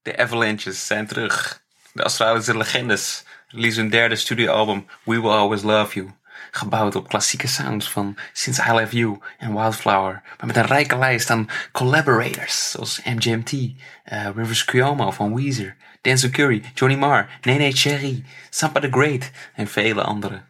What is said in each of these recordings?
De Avalanches zijn terug. De Australische legendes releasen hun derde studioalbum We Will Always Love You. Gebouwd op klassieke sounds van Since I Love You en Wildflower. Maar met een rijke lijst aan collaborators zoals MGMT, Rivers Cuomo van Weezer, Denzel Curry, Johnny Marr, Nene Cherry, Sampa the Great en vele anderen.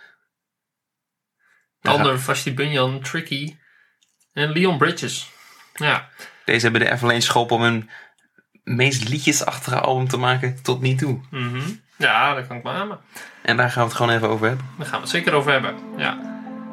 Ander, Vashti Bunyan, Tricky en Leon Bridges. Ja. Deze hebben de Avalanche geholpen om hun meest liedjesachtige album te maken tot nu toe. Mm-hmm. Ja, dat kan ik beamen. En daar gaan we het gewoon even over hebben. Daar gaan we het zeker over hebben, ja.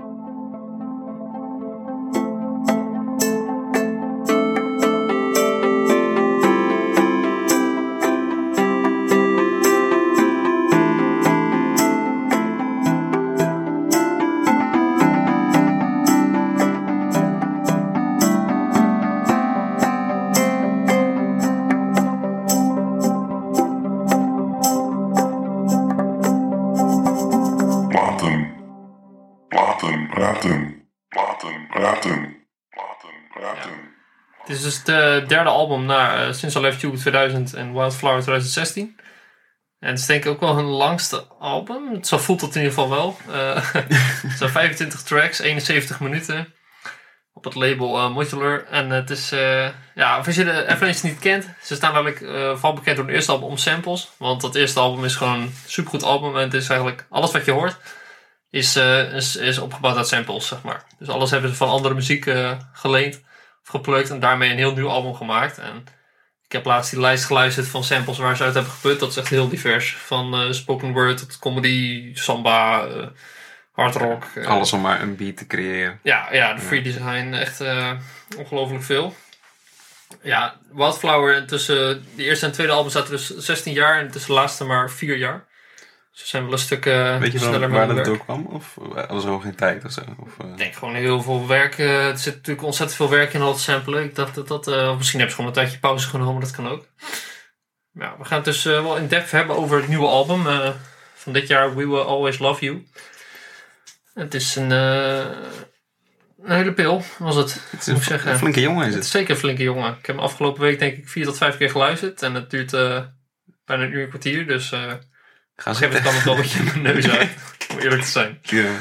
Dit is dus de derde album na Since I Left You 2000 en Wildflower 2016. En het is denk ik ook wel hun langste album. Zo voelt het in ieder geval wel. Het zijn 25 tracks, 71 minuten. Op het label Modular. En het is... als je de Avalanche niet kent. Ze staan eigenlijk vooral bekend door het eerste album om samples. Want dat eerste album is gewoon een supergoed album. En het is eigenlijk... Alles wat je hoort is opgebouwd uit samples, zeg maar. Dus alles hebben ze van andere muziek geleend. Of geplukt. En daarmee een heel nieuw album gemaakt. En ik heb laatst die lijst geluisterd van samples waar ze uit hebben geput. Dat is echt heel divers. Van spoken word tot comedy, samba, hard rock. Alles om maar een beat te creëren. Ja, de free design. Echt ongelooflijk veel. Ja, Wildflower tussen de eerste en tweede album zaten dus 16 jaar. En tussen de laatste maar 4 jaar. Ze zijn wel een stuk weet je sneller waar dat door kwam? Of was er ook geen tijd of zo? Ik denk gewoon heel veel werk. Er zit natuurlijk ontzettend veel werk in al het samplen. Ik dacht dat misschien hebben ze gewoon een tijdje pauze genomen. Dat kan ook. Ja, we gaan het dus wel in depth hebben over het nieuwe album van dit jaar. We Will Always Love You. Het is een hele pil, was het. Het is een flinke jongen is het. Zeker een flinke jongen. Ik heb hem afgelopen week denk ik 4 tot 5 keer geluisterd. En het duurt bijna een uur en kwartier. Dus... Gaan ze kan het wel een beetje in mijn neus uit, om eerlijk te zijn.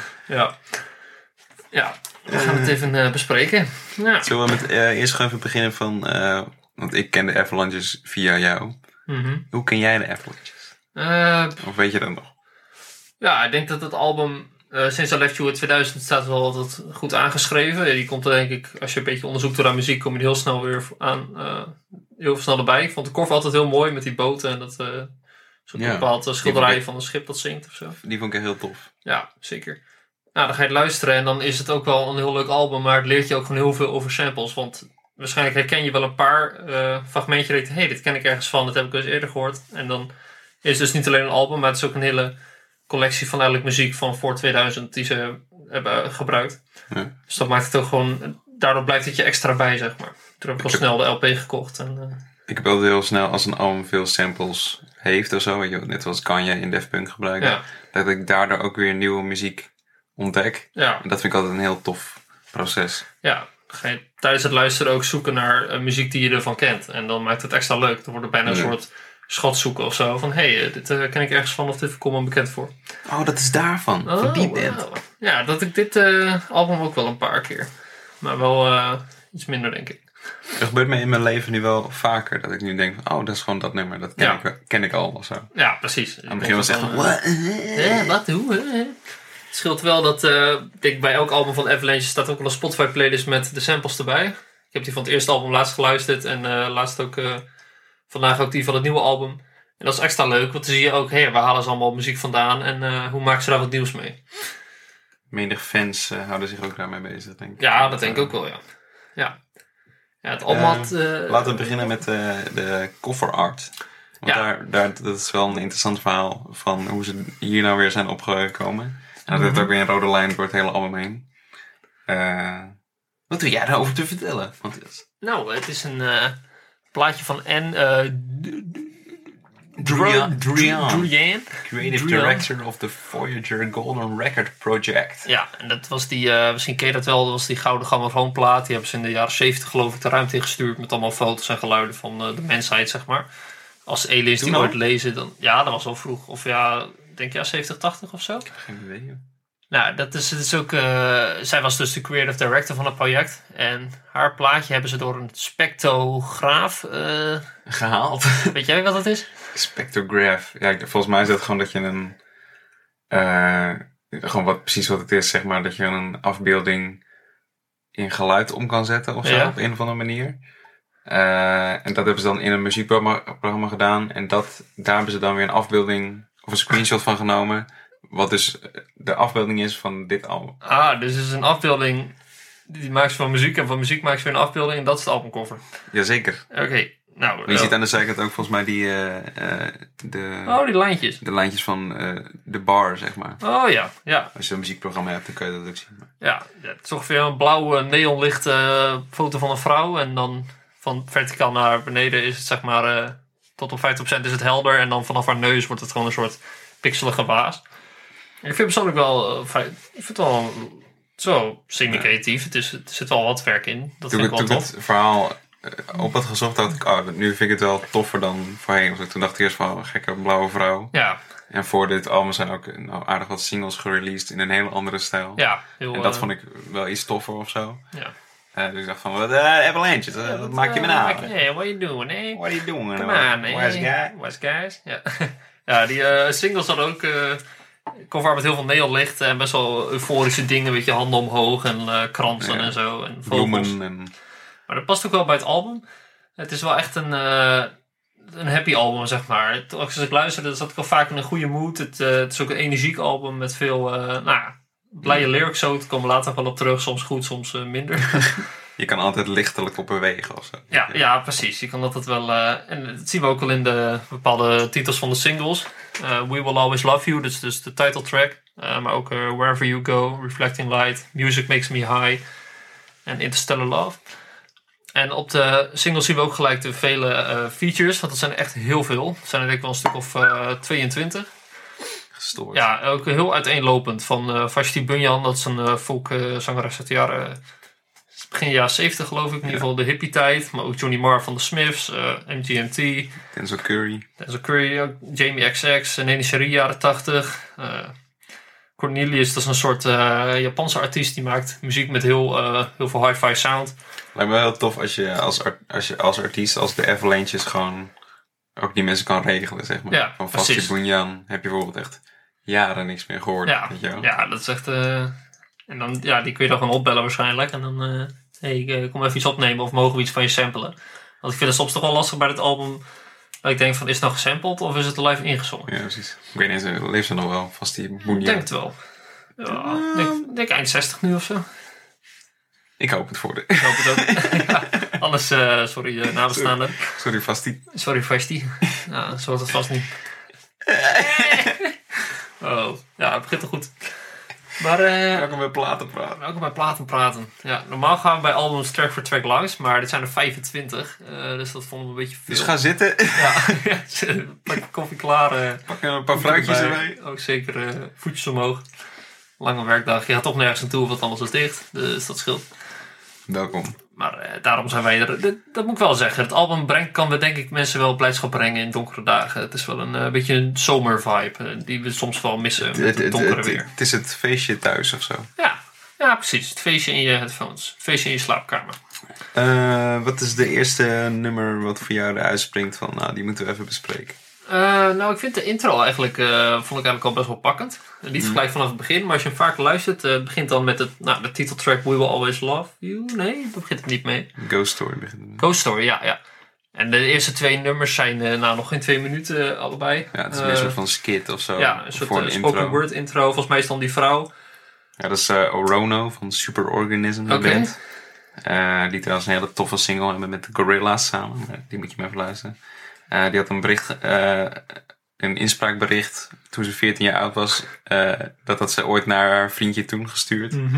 Ja, we gaan het even bespreken. Ja. Zullen we met eerst gewoon even beginnen van... want ik ken de Avalanches via jou. Mm-hmm. Hoe ken jij de Avalanches? Of weet je dat nog? Ja, ik denk dat het album Since I Left You in 2000 staat wel altijd goed aangeschreven. Die komt er denk ik, als je een beetje onderzoekt door aan muziek, kom je er heel snel weer aan. Heel snel erbij. Ik vond de cover altijd heel mooi met die boten en dat... Zo'n bepaald schilderij van een schip dat zinkt of zo. Die vond ik echt heel tof. Ja, zeker. Nou, dan ga je het luisteren en dan is het ook wel een heel leuk album. Maar het leert je ook gewoon heel veel over samples. Want waarschijnlijk herken je wel een paar fragmentjes. Dat je denkt, dit ken ik ergens van. Dat heb ik eens eerder gehoord. En dan is het dus niet alleen een album. Maar het is ook een hele collectie van eigenlijk muziek van voor 2000 die ze hebben gebruikt. Ja. Dus dat maakt het ook gewoon... Daardoor blijft het je extra bij, zeg maar. Toen heb ik al snel de LP gekocht. Ik heb altijd heel snel als een album veel samples heeft of zo, weet je, net zoals Kanye in Daft Punk gebruiken, dat ik daardoor ook weer nieuwe muziek ontdek. Ja. En dat vind ik altijd een heel tof proces. Ja, ga je tijdens het luisteren ook zoeken naar muziek die je ervan kent. En dan maakt het extra leuk. Dan wordt het bijna een soort schat zoeken of zo. Van, dit ken ik ergens van of dit komt me bekend voor. Oh, dat is daarvan. Van die band. Wow. Ja, dat ik dit album ook wel een paar keer. Maar wel iets minder, denk ik. Het gebeurt me in mijn leven nu wel vaker. Dat ik nu denk van, dat is gewoon dat nummer. Dat ken ik al of zo. Ja, precies. Aan het begin was het echt van... Wat? Hoe? Het scheelt wel dat... denk bij elk album van Avalanche staat ook wel een Spotify playlist met de samples erbij. Ik heb die van het eerste album laatst geluisterd. En laatst ook... vandaag ook die van het nieuwe album. En dat is extra leuk. Want dan zie je ook... waar halen ze allemaal muziek vandaan? En hoe maken ze daar wat nieuws mee? Menig fans houden zich ook daarmee bezig, denk ik. Ja, dat denk ik ook wel, ja. Ja, het album had... laten we beginnen met de cover art. Want dat is wel een interessant verhaal van hoe ze hier nou weer zijn opgekomen. En dat heeft ook weer een rode lijn door het hele album heen. Wat doe jij daarover te vertellen, Matthias? Nou, het is een plaatje van Druyan. Druyan. Creative Director of the Voyager Golden Record Project. Ja, en dat was die, misschien ken je dat wel, dat was die gouden grammofoonplaat. Die hebben ze in de jaren 70 geloof ik de ruimte ingestuurd met allemaal foto's en geluiden van de mensheid, zeg maar. Als aliens die ooit lezen, dan... Ja, dat was al vroeg. Of ja, denk je 70, 80 of zo? Ik heb geen idee. Nou, dat is ook... zij was dus de creative director van het project. En haar plaatje hebben ze door een spectrograaf gehaald. Weet jij wat dat is? Spectrograph. Ja, volgens mij is dat gewoon dat je een... gewoon precies wat het is, zeg maar. Dat je een afbeelding in geluid om kan zetten of zo, op een of andere manier. En dat hebben ze dan in een muziekprogramma gedaan. En daar hebben ze dan weer een afbeelding of een screenshot van genomen. Wat dus de afbeelding is van dit album. Ah, dus het is een afbeelding die maakt ze van muziek. En van muziek maakt ze weer een afbeelding. En dat is de albumcover. Jazeker. Oké. Nou, je ziet aan de zijkant ook volgens mij die lijntjes. De lijntjes van de bar, zeg maar. Oh ja, ja. Als je een muziekprogramma hebt, dan kun je dat ook zien. Ja, het is ongeveer een blauwe neonlicht foto van een vrouw. En dan van verticaal naar beneden is het zeg maar... tot op 50% is het helder. En dan vanaf haar neus wordt het gewoon een soort pixelige waas. Ik vind persoonlijk wel... ik vind het wel zo semi-creatief. Er zit wel wat werk in. Dat vind ik wel tof. Toen ik het verhaal op had gezocht, dacht ik... nu vind ik het wel toffer dan voorheen. Toen dacht ik eerst van, gekke blauwe vrouw. Ja. En voor dit album zijn ook aardig wat singles gereleased in een hele andere stijl. Ja. En dat vond ik wel iets toffer of zo. Ja. Dus ik dacht van, Avalanche, wat maak je me nou? Hey, what are you doing, eh? What are you doing? Come on, eh? Wise guys. Ja, ja die singles hadden ook... cover met heel veel neonlicht en best wel euforische dingen. Weet je, handen omhoog en kransen en zo. En bloemen. En... Maar dat past ook wel bij het album. Het is wel echt een happy album, zeg maar. Als ik luisterde, zat ik al vaak in een goede mood. Het is ook een energiek album met veel blije lyrics. Zo, daar komen we later wel op terug. Soms goed, soms minder. Je kan altijd lichtelijk op bewegen of zo. Ja, precies. Je kan altijd wel... en dat zien we ook al in de bepaalde titels van de singles. We Will Always Love You, dat is dus de title track. Maar ook Wherever You Go, Reflecting Light, Music Makes Me High en Interstellar Love. En op de singles zien we ook gelijk de vele features, want dat zijn er echt heel veel. Er zijn er denk ik wel een stuk of 22. Gestoord. Ja, ook heel uiteenlopend. Van Vashti Bunyan, dat is een folkzangeres uit de jaren... begin jaren 70 geloof ik, in ieder geval de hippie tijd. Maar ook Johnny Marr van de Smiths, MGMT. Denzel Curry, ook Jamie XX, Nene Cherie jaren 80. Cornelius, dat is een soort Japanse artiest. Die maakt muziek met heel veel hi-fi sound. Lijkt me wel heel tof als je als artiest, als de Avalanches gewoon ook die mensen kan regelen, zeg maar. Ja, van Vashti Bunyan heb je bijvoorbeeld echt jaren niks meer gehoord. Ja, weet je wel? Ja, dat is echt... en dan, die kun je dan gewoon opbellen waarschijnlijk. En dan, ik kom even iets opnemen of mogen we iets van je samplen. Want ik vind het soms toch wel lastig bij het album. Dat ik denk van, is het nou gesampled of is het live ingezongen? Ja, precies. Ik weet niet eens, leeft ze nog wel? Vashti Bunyan? Ik denk het wel. Ja, ik denk eind 60 nu of zo. Ik hoop het voor de. Ik hoop het ook. Ja, anders, sorry nabestaanden. Sorry Vashti. Sorry Vashti. Ja, zo wordt het vast niet. Oh, ja, het begint er goed. Maar, welkom bij platen praten. Ja, normaal gaan we bij albums track voor track langs, maar dit zijn er 25. Dus dat vonden we een beetje veel. Dus ga zitten. Ja, pak koffie klaar. Pak een paar fruitjes erbij. Ook zeker voetjes omhoog. Lange werkdag. Je gaat toch nergens naartoe, want alles is dicht. Dus dat scheelt. Welkom. Maar daarom zijn wij er. Dat moet ik wel zeggen. Het album kan we denk ik mensen wel blijdschap brengen in donkere dagen. Het is wel een beetje een zomervibe die we soms wel missen met het donkere weer. Het is het feestje thuis of zo. Ja, precies. Het feestje in je headphones. Het feestje in je slaapkamer. Wat is de eerste nummer wat voor jou eruit springt van, nou, die moeten we even bespreken? Ik vind de intro eigenlijk, vond ik eigenlijk al best wel pakkend. Niet gelijk vanaf het begin, maar als je hem vaak luistert, het begint dan met de titeltrack We Will Always Love You. Nee, daar begint het niet mee. Ghost Story begint. Ghost Story, ja. En de eerste 2 nummers zijn nog geen 2 minuten allebei. Ja, het is meer een soort van skit of zo. Ja, een soort spoken word intro. Volgens mij is dan die vrouw. Ja, dat is Orono van Superorganism, de band. Die trouwens een hele toffe single hebben met de Gorillaz samen. Die moet je maar even luisteren. Die had een bericht, een inspraakbericht toen ze 14 jaar oud was. Dat had ze ooit naar haar vriendje toen gestuurd.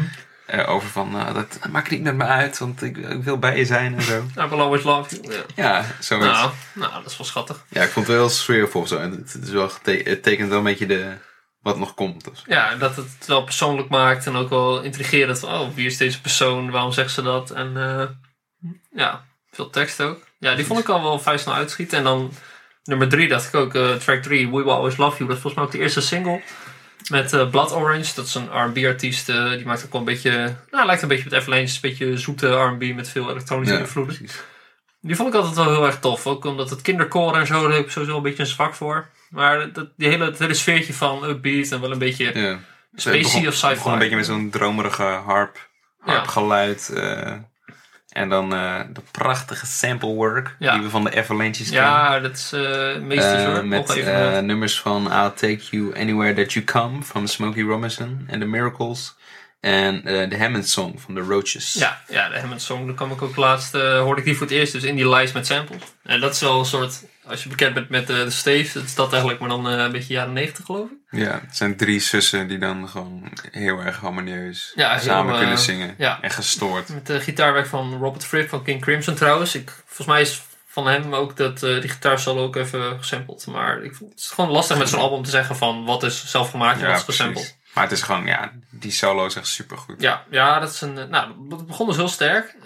over van, dat maakt niet met me uit, want ik wil bij je zijn en zo. I will always love you. Ja, zoiets. Nou, dat is wel schattig. Ja, ik vond het wel sfeervol of zo. En het is wel het tekent wel een beetje wat nog komt. Dus. Ja, dat het wel persoonlijk maakt en ook wel intrigerend. Van, wie is deze persoon? Waarom zegt ze dat? En veel tekst ook. Ja, die vond ik al wel vrij snel uitschieten. En dan nummer 3 dacht ik ook, track 3, We Will Always Love You. Dat is volgens mij ook de eerste single. Met Blood Orange, dat is een R&B artiest. Die maakt ook wel een beetje, lijkt een beetje op Avalanche. Een beetje zoete R&B met veel elektronische invloeden. Precies. Die vond ik altijd wel heel erg tof. Ook omdat het kinderkoor en zo, daar heb ik sowieso een beetje een zwak voor. Maar het hele sfeertje van upbeat en wel een beetje spacey of sci-fi. Gewoon een beetje met zo'n dromerige harpgeluid. En dan de prachtige sample work die we van de Avalanches kennen. Ja, dat is meesters hoor. Met nummers van I'll Take You Anywhere That You Come van Smokey Robinson en The Miracles. En de Hammond Song van The Roaches. Ja, de Hammond Song, daar kwam ik ook laatst, hoorde ik die voor het eerst, dus in die lijst met samples. En dat is wel een soort, als je bekend bent met de Stave, dat is dat eigenlijk, maar dan een beetje jaren 90 geloof ik. Ja, het zijn 3 zussen die dan gewoon heel erg harmonieus samen kunnen zingen. En gestoord. Met de gitaarwerk van Robert Fripp van King Crimson trouwens. Volgens mij is van hem ook dat die gitaarsolo ook even gesampled. Maar het is gewoon lastig met zo'n album te zeggen van wat is zelf gemaakt en wat is gesampled. Maar het is gewoon, die solo is echt supergoed. Ja, dat is het begon dus heel sterk.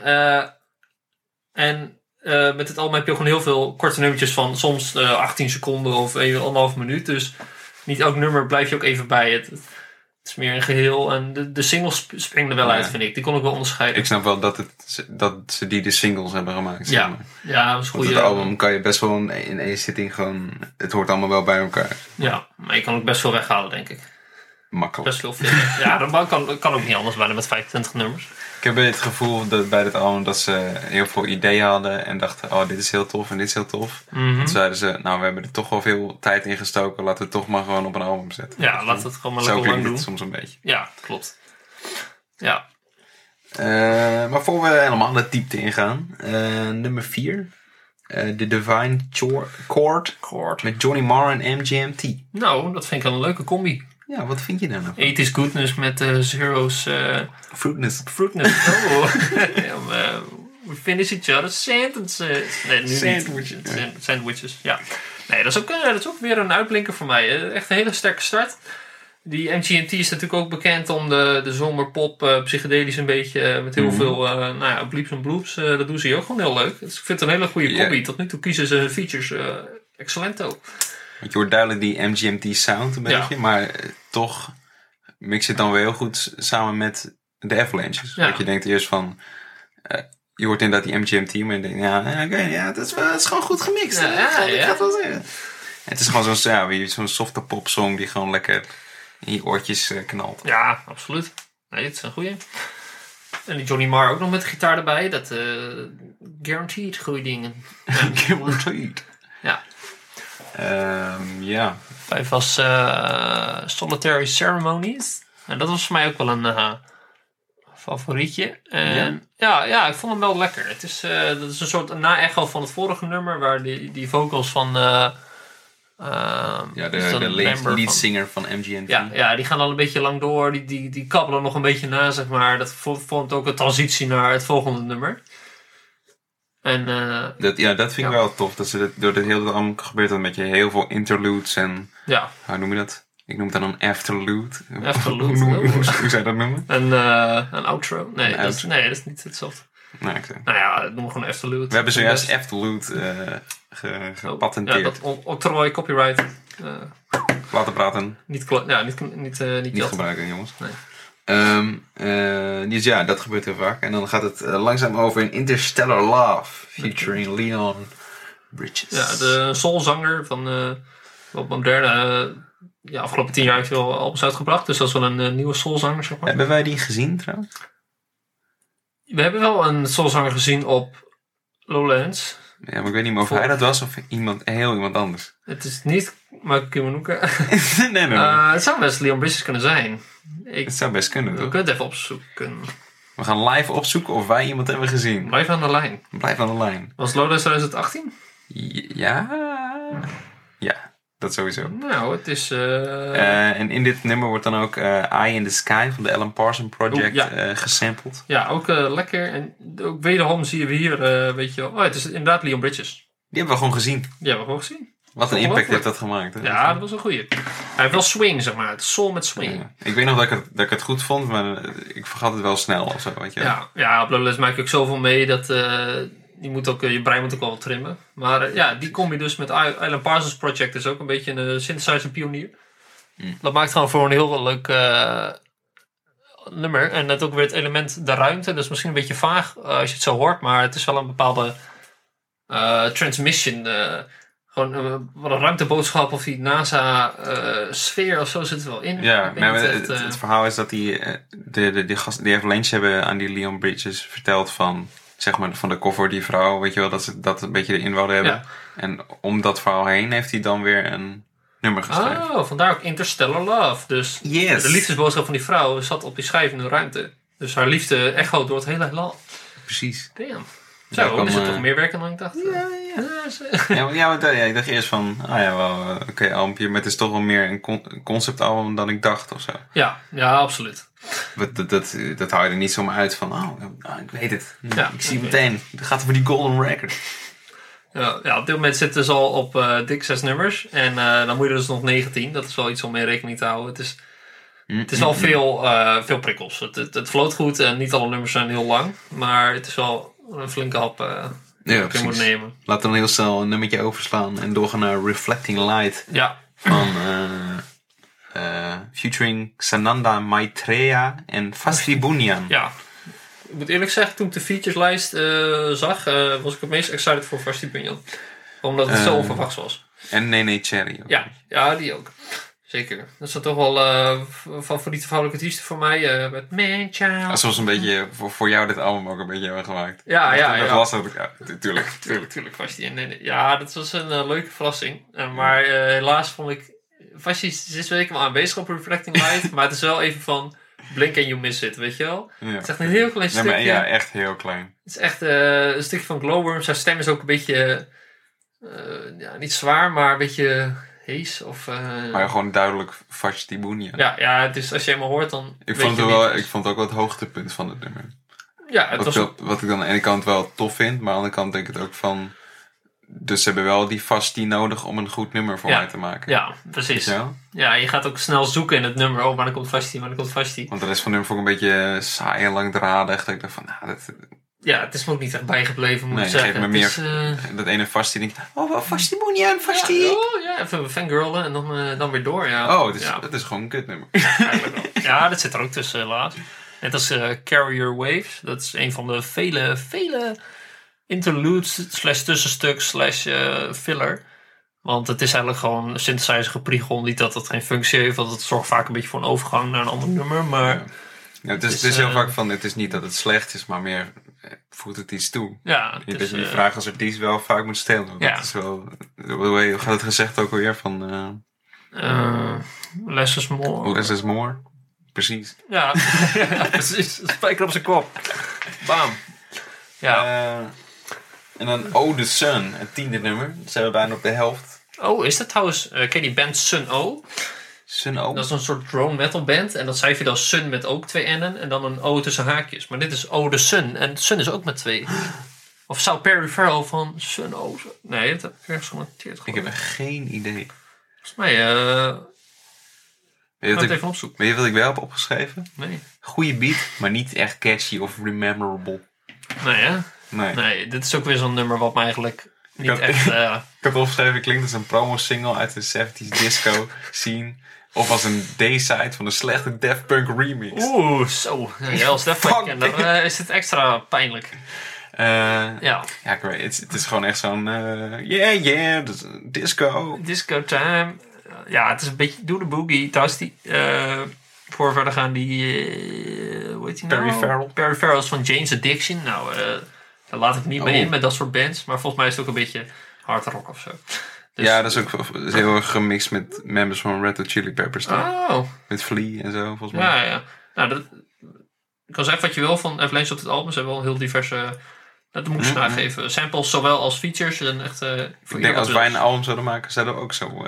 Met dit album heb je ook gewoon heel veel korte nummertjes van soms 18 seconden of 1,5 minuut. Dus niet elk nummer blijf je ook even bij. Het is meer een geheel. En de singles springen er wel uit, vind ik. Die kon ik wel onderscheiden. Ik snap wel dat ze de singles hebben gemaakt. Ja, dat is goed. Want het album kan je best wel in één zitting gewoon... Het hoort allemaal wel bij elkaar. Ja, maar je kan ook best veel weghalen, denk ik. Makkelijk. Best veel veel. Ja, dat kan ook niet anders bijna met 25 nummers. Ik heb het gevoel dat bij dit album dat ze heel veel ideeën hadden en dachten, dit is heel tof en dit is heel tof. Mm-hmm. Toen zeiden ze, we hebben er toch wel veel tijd in gestoken, laten we het toch maar gewoon op een album zetten. Ja, laten we het gewoon maar lekker lang doen. Soms een beetje. Ja, klopt. Ja. Maar voor we helemaal de diepte ingaan, nummer 4. The Divine Chord met Johnny Marr en MGMT. Nou, dat vind ik een leuke combi. Ja, wat vind je daar nou? 80's goodness met Zero's... Fruitness. Oh. We finish each other's sentences. Nee, nu Sandwiches. niet. Sandwiches, ja. Nee, dat is ook weer een uitblinker voor mij. Echt een hele sterke start. Die MGMT is natuurlijk ook bekend om de zomerpop, psychedelisch een beetje, met heel veel bleeps en bloops. Dat doen ze hier ook gewoon heel leuk. Dus ik vind het een hele goede combi. Tot nu toe kiezen ze hun features excellent ook. Want je hoort duidelijk die MGMT sound een beetje, maar toch mix het dan wel heel goed samen met de Avalanches. Dat je denkt eerst van, je hoort inderdaad die MGMT, maar je denkt, het is gewoon goed gemixt. Ik ga het wel zeggen. Het is gewoon zo'n softe popsong die gewoon lekker in je oortjes knalt. Ja, absoluut. Nee, het is een goeie. En die Johnny Marr ook nog met de gitaar erbij. Dat guaranteed goede dingen. Guaranteed. Ja. 5 was Solitary Ceremonies. En dat was voor mij ook wel een favorietje. Ja, ik vond hem wel lekker. Het is, dat is een soort na-echo van het vorige nummer, waar die vocals van... de lead singer van MGMT. Ja, die gaan al een beetje lang door. Die kabbelen nog een beetje na, zeg maar. Dat vormt ook een transitie naar het volgende nummer. En, dat vind ik wel tof. Dat ze door dit hele album gebeurt dat met je heel veel interludes en... Ja. Hoe noem je dat? Ik noem het dan een afterlude. Hoe zou je dat noemen? Een outro? Nee, dat is niet hetzelfde. Nee, okay. Nou ja, noem we gewoon afterlude. We hebben zojuist afterlude gepatenteerd. Ja, dat octrooi, copyright. Laten praten. Niet gebruiken, jongens. Nee. Dus dat gebeurt heel vaak. En dan gaat het langzaam over in Interstellar Love, featuring Leon Bridges. Ja, de soulzanger van wat moderne... afgelopen 10 jaar heeft hij wel albums uitgebracht. Dus dat is wel een nieuwe soulzanger, zeg maar. Hebben wij die gezien trouwens? We hebben wel een soulzanger gezien op Lowlands. Ja, maar ik weet niet meer of hij dat was of heel iemand anders. Het is niet Michael Kiwanuka. Nee. Het zou best Leon Bridges kunnen zijn. Het zou best kunnen, toch? We kunnen het even opzoeken. We gaan live opzoeken of wij iemand hebben gezien. Blijf aan de lijn. Blijf aan de lijn. Was Lowlands 2018? Ja. Dat sowieso. Nou, het is... En in dit nummer wordt dan ook Eye in the Sky van de Alan Parsons Project gesampled. Ja, ook lekker. En ook wederom zien we hier, weet je wel... Oh, het is inderdaad Leon Bridges. Die hebben we gewoon gezien. Die hebben we gewoon gezien. Wat een impact heeft dat gemaakt. Hè? Ja, dat was een goeie. Hij heeft wel swing, zeg maar. Het is soul met swing. Ja. Ik weet nog dat ik het goed vond, maar ik vergat het wel snel of zo. Weet je? Ja, op Lowlands maak je ook zoveel mee dat... je brein moet ook wel wat trimmen. Maar die combi dus met Alan Parsons Project is ook een beetje een synthesizer pionier. Dat maakt gewoon voor een heel leuk nummer. En net ook weer het element de ruimte. Dat is misschien een beetje vaag als je het zo hoort. Maar het is wel een bepaalde transmission. Gewoon wat een ruimteboodschap of die NASA-sfeer of zo zit er wel in. Ja, het verhaal is dat die gasten die even lunch hebben aan die Leon Bridges verteld van... Zeg maar van de cover die vrouw, weet je wel, dat ze dat een beetje erin wilden hebben. Ja. En om dat verhaal heen heeft hij dan weer een nummer geschreven. Oh, vandaar ook Interstellar Love. Dus de liefdesboodschap van die vrouw zat op die schijf in de ruimte. Dus haar liefde echo door het hele heelal. Precies. Damn. Zo, er zit toch meer werk dan ik dacht. Ik dacht eerst van, oké, albumje, maar het is toch wel meer een conceptalbum dan ik dacht of zo. Ja, absoluut. Dat hou je er niet zomaar uit van, ik weet het. Ja, ik zie het meteen. Het gaat over die golden record. Ja, op dit moment zitten ze al op dik 6 nummers. En dan moet je dus nog 19. Dat is wel iets om mee rekening te houden. Het is wel veel prikkels. Het floot goed en niet alle nummers zijn heel lang. Maar het is wel een flinke hap die je moet nemen. Laten we dan heel snel een nummertje overslaan en doorgaan naar Reflecting Light. Ja. Van featuring Sananda Maitreya en Fasti Bunyan. Ja. Ik moet eerlijk zeggen, toen ik de featureslijst zag, was ik het meest excited voor Fasti Bunyan. Omdat het zo onverwachts was. En Nene Cherry ook. Ja, die ook. Zeker. Dat is toch wel favoriete vrouwelijke artiesten voor mij. Met Man Child. Dat was een beetje voor jou dit album ook een beetje hebben gemaakt. Dat was ook. Tuurlijk. Fasti. Ja, dat was een leuke verrassing. Maar helaas vond ik... Fasti is weet ik wel aanwezig op Reflecting Light. Maar het is wel even van... Blink and you miss it, weet je wel? Ja. Het is echt een heel klein stukje. Maar ja, echt heel klein. Het is echt een stukje van Glowworm. Zijn stem is ook een beetje... niet zwaar, maar een beetje... hees of... Maar gewoon duidelijk Fasti Bunyan. Ja, het is, als je hem hoort dan... Ik vond het ook wel het hoogtepunt van het nummer. Ja, het wat ik dan aan de ene kant wel tof vind, maar aan de andere kant denk ik het ook van... Dus ze hebben wel die Fasti nodig om een goed nummer voor mij te maken. Ja, precies. Ja, je gaat ook snel zoeken in het nummer. Oh, wanneer komt Fasti? Want de rest van het nummer vond ik een beetje saai en langdradig. Dat ik dacht van, Ja, het is me ook niet echt bijgebleven, moet ik zeggen. Geef me meer dat ene Fasti. Denk ik, Fasti Bunyan, Fasti. Even fangirlen en dan weer door. Ja. Het is gewoon een kutnummer. Ja, dat zit er ook tussen, helaas. Net als Carrier Waves. Dat is een van de vele interludes / tussenstuk / filler. Want het is eigenlijk gewoon synthesizer gepriegel. Niet dat het geen functie heeft, want het zorgt vaak een beetje voor een overgang naar een ander nummer. Maar het is heel vaak van, het is niet dat het slecht is, maar meer voegt het iets toe. Ja, dat je die vraag als artiest wel vaak moet stellen. Ja. Dat is wel, hoe gaat het gezegd ook alweer van... less is more. Less is more. Precies. Ja, precies. Spijker op zijn kop. Bam. Ja. En dan Oh the Sun, het 10e nummer. Dat zijn we bijna op de helft. Oh, is dat trouwens... ken je die band Sun O? Sun O? Dat is een soort drone metal band. En dat schrijf je dan Sun met ook 2 N'en. En dan een O tussen haakjes. Maar dit is Oh the Sun. En Sun is ook met 2. Of zou Perry Farrell van Sun O... Nee, dat heb ik ergens genoteerd. Ik heb geen idee. Volgens mij... Weet het even opzoeken. Weet je wat ik wel heb opgeschreven? Nee. Goeie beat, maar niet echt catchy of rememberable. Nee, hè? Nee, dit is ook weer zo'n nummer wat me eigenlijk niet echt... Ik had opgeschreven, klinkt als een promo-single uit de 70s disco scene. Of als een D-side van een slechte Daft Punk remix. Zo. Ja, als Daft Punk. En dan is het extra pijnlijk. Ik weet het is gewoon echt zo'n... disco. Disco time. Ja, het is een beetje... Doe de boogie. Trouwens, voor verder gaan die... hoe heet die nou? Perry Farrell. Perry Farrell is van Jane's Addiction. Nou, daar laat ik niet mee in met dat soort bands. Maar volgens mij is het ook een beetje hard rock of zo. Dus, ja, dat is ook heel erg gemixt met members van Red Hot Chili Peppers. Met Flea en zo, volgens mij. Ja. Nou, ik kan zeggen wat je wil van Avalanche op het album. Ze hebben wel heel diverse Dat moet ik ze nageven. Samples zowel als features. En echt, Ik denk als wij een album zouden maken, zouden we ook zo...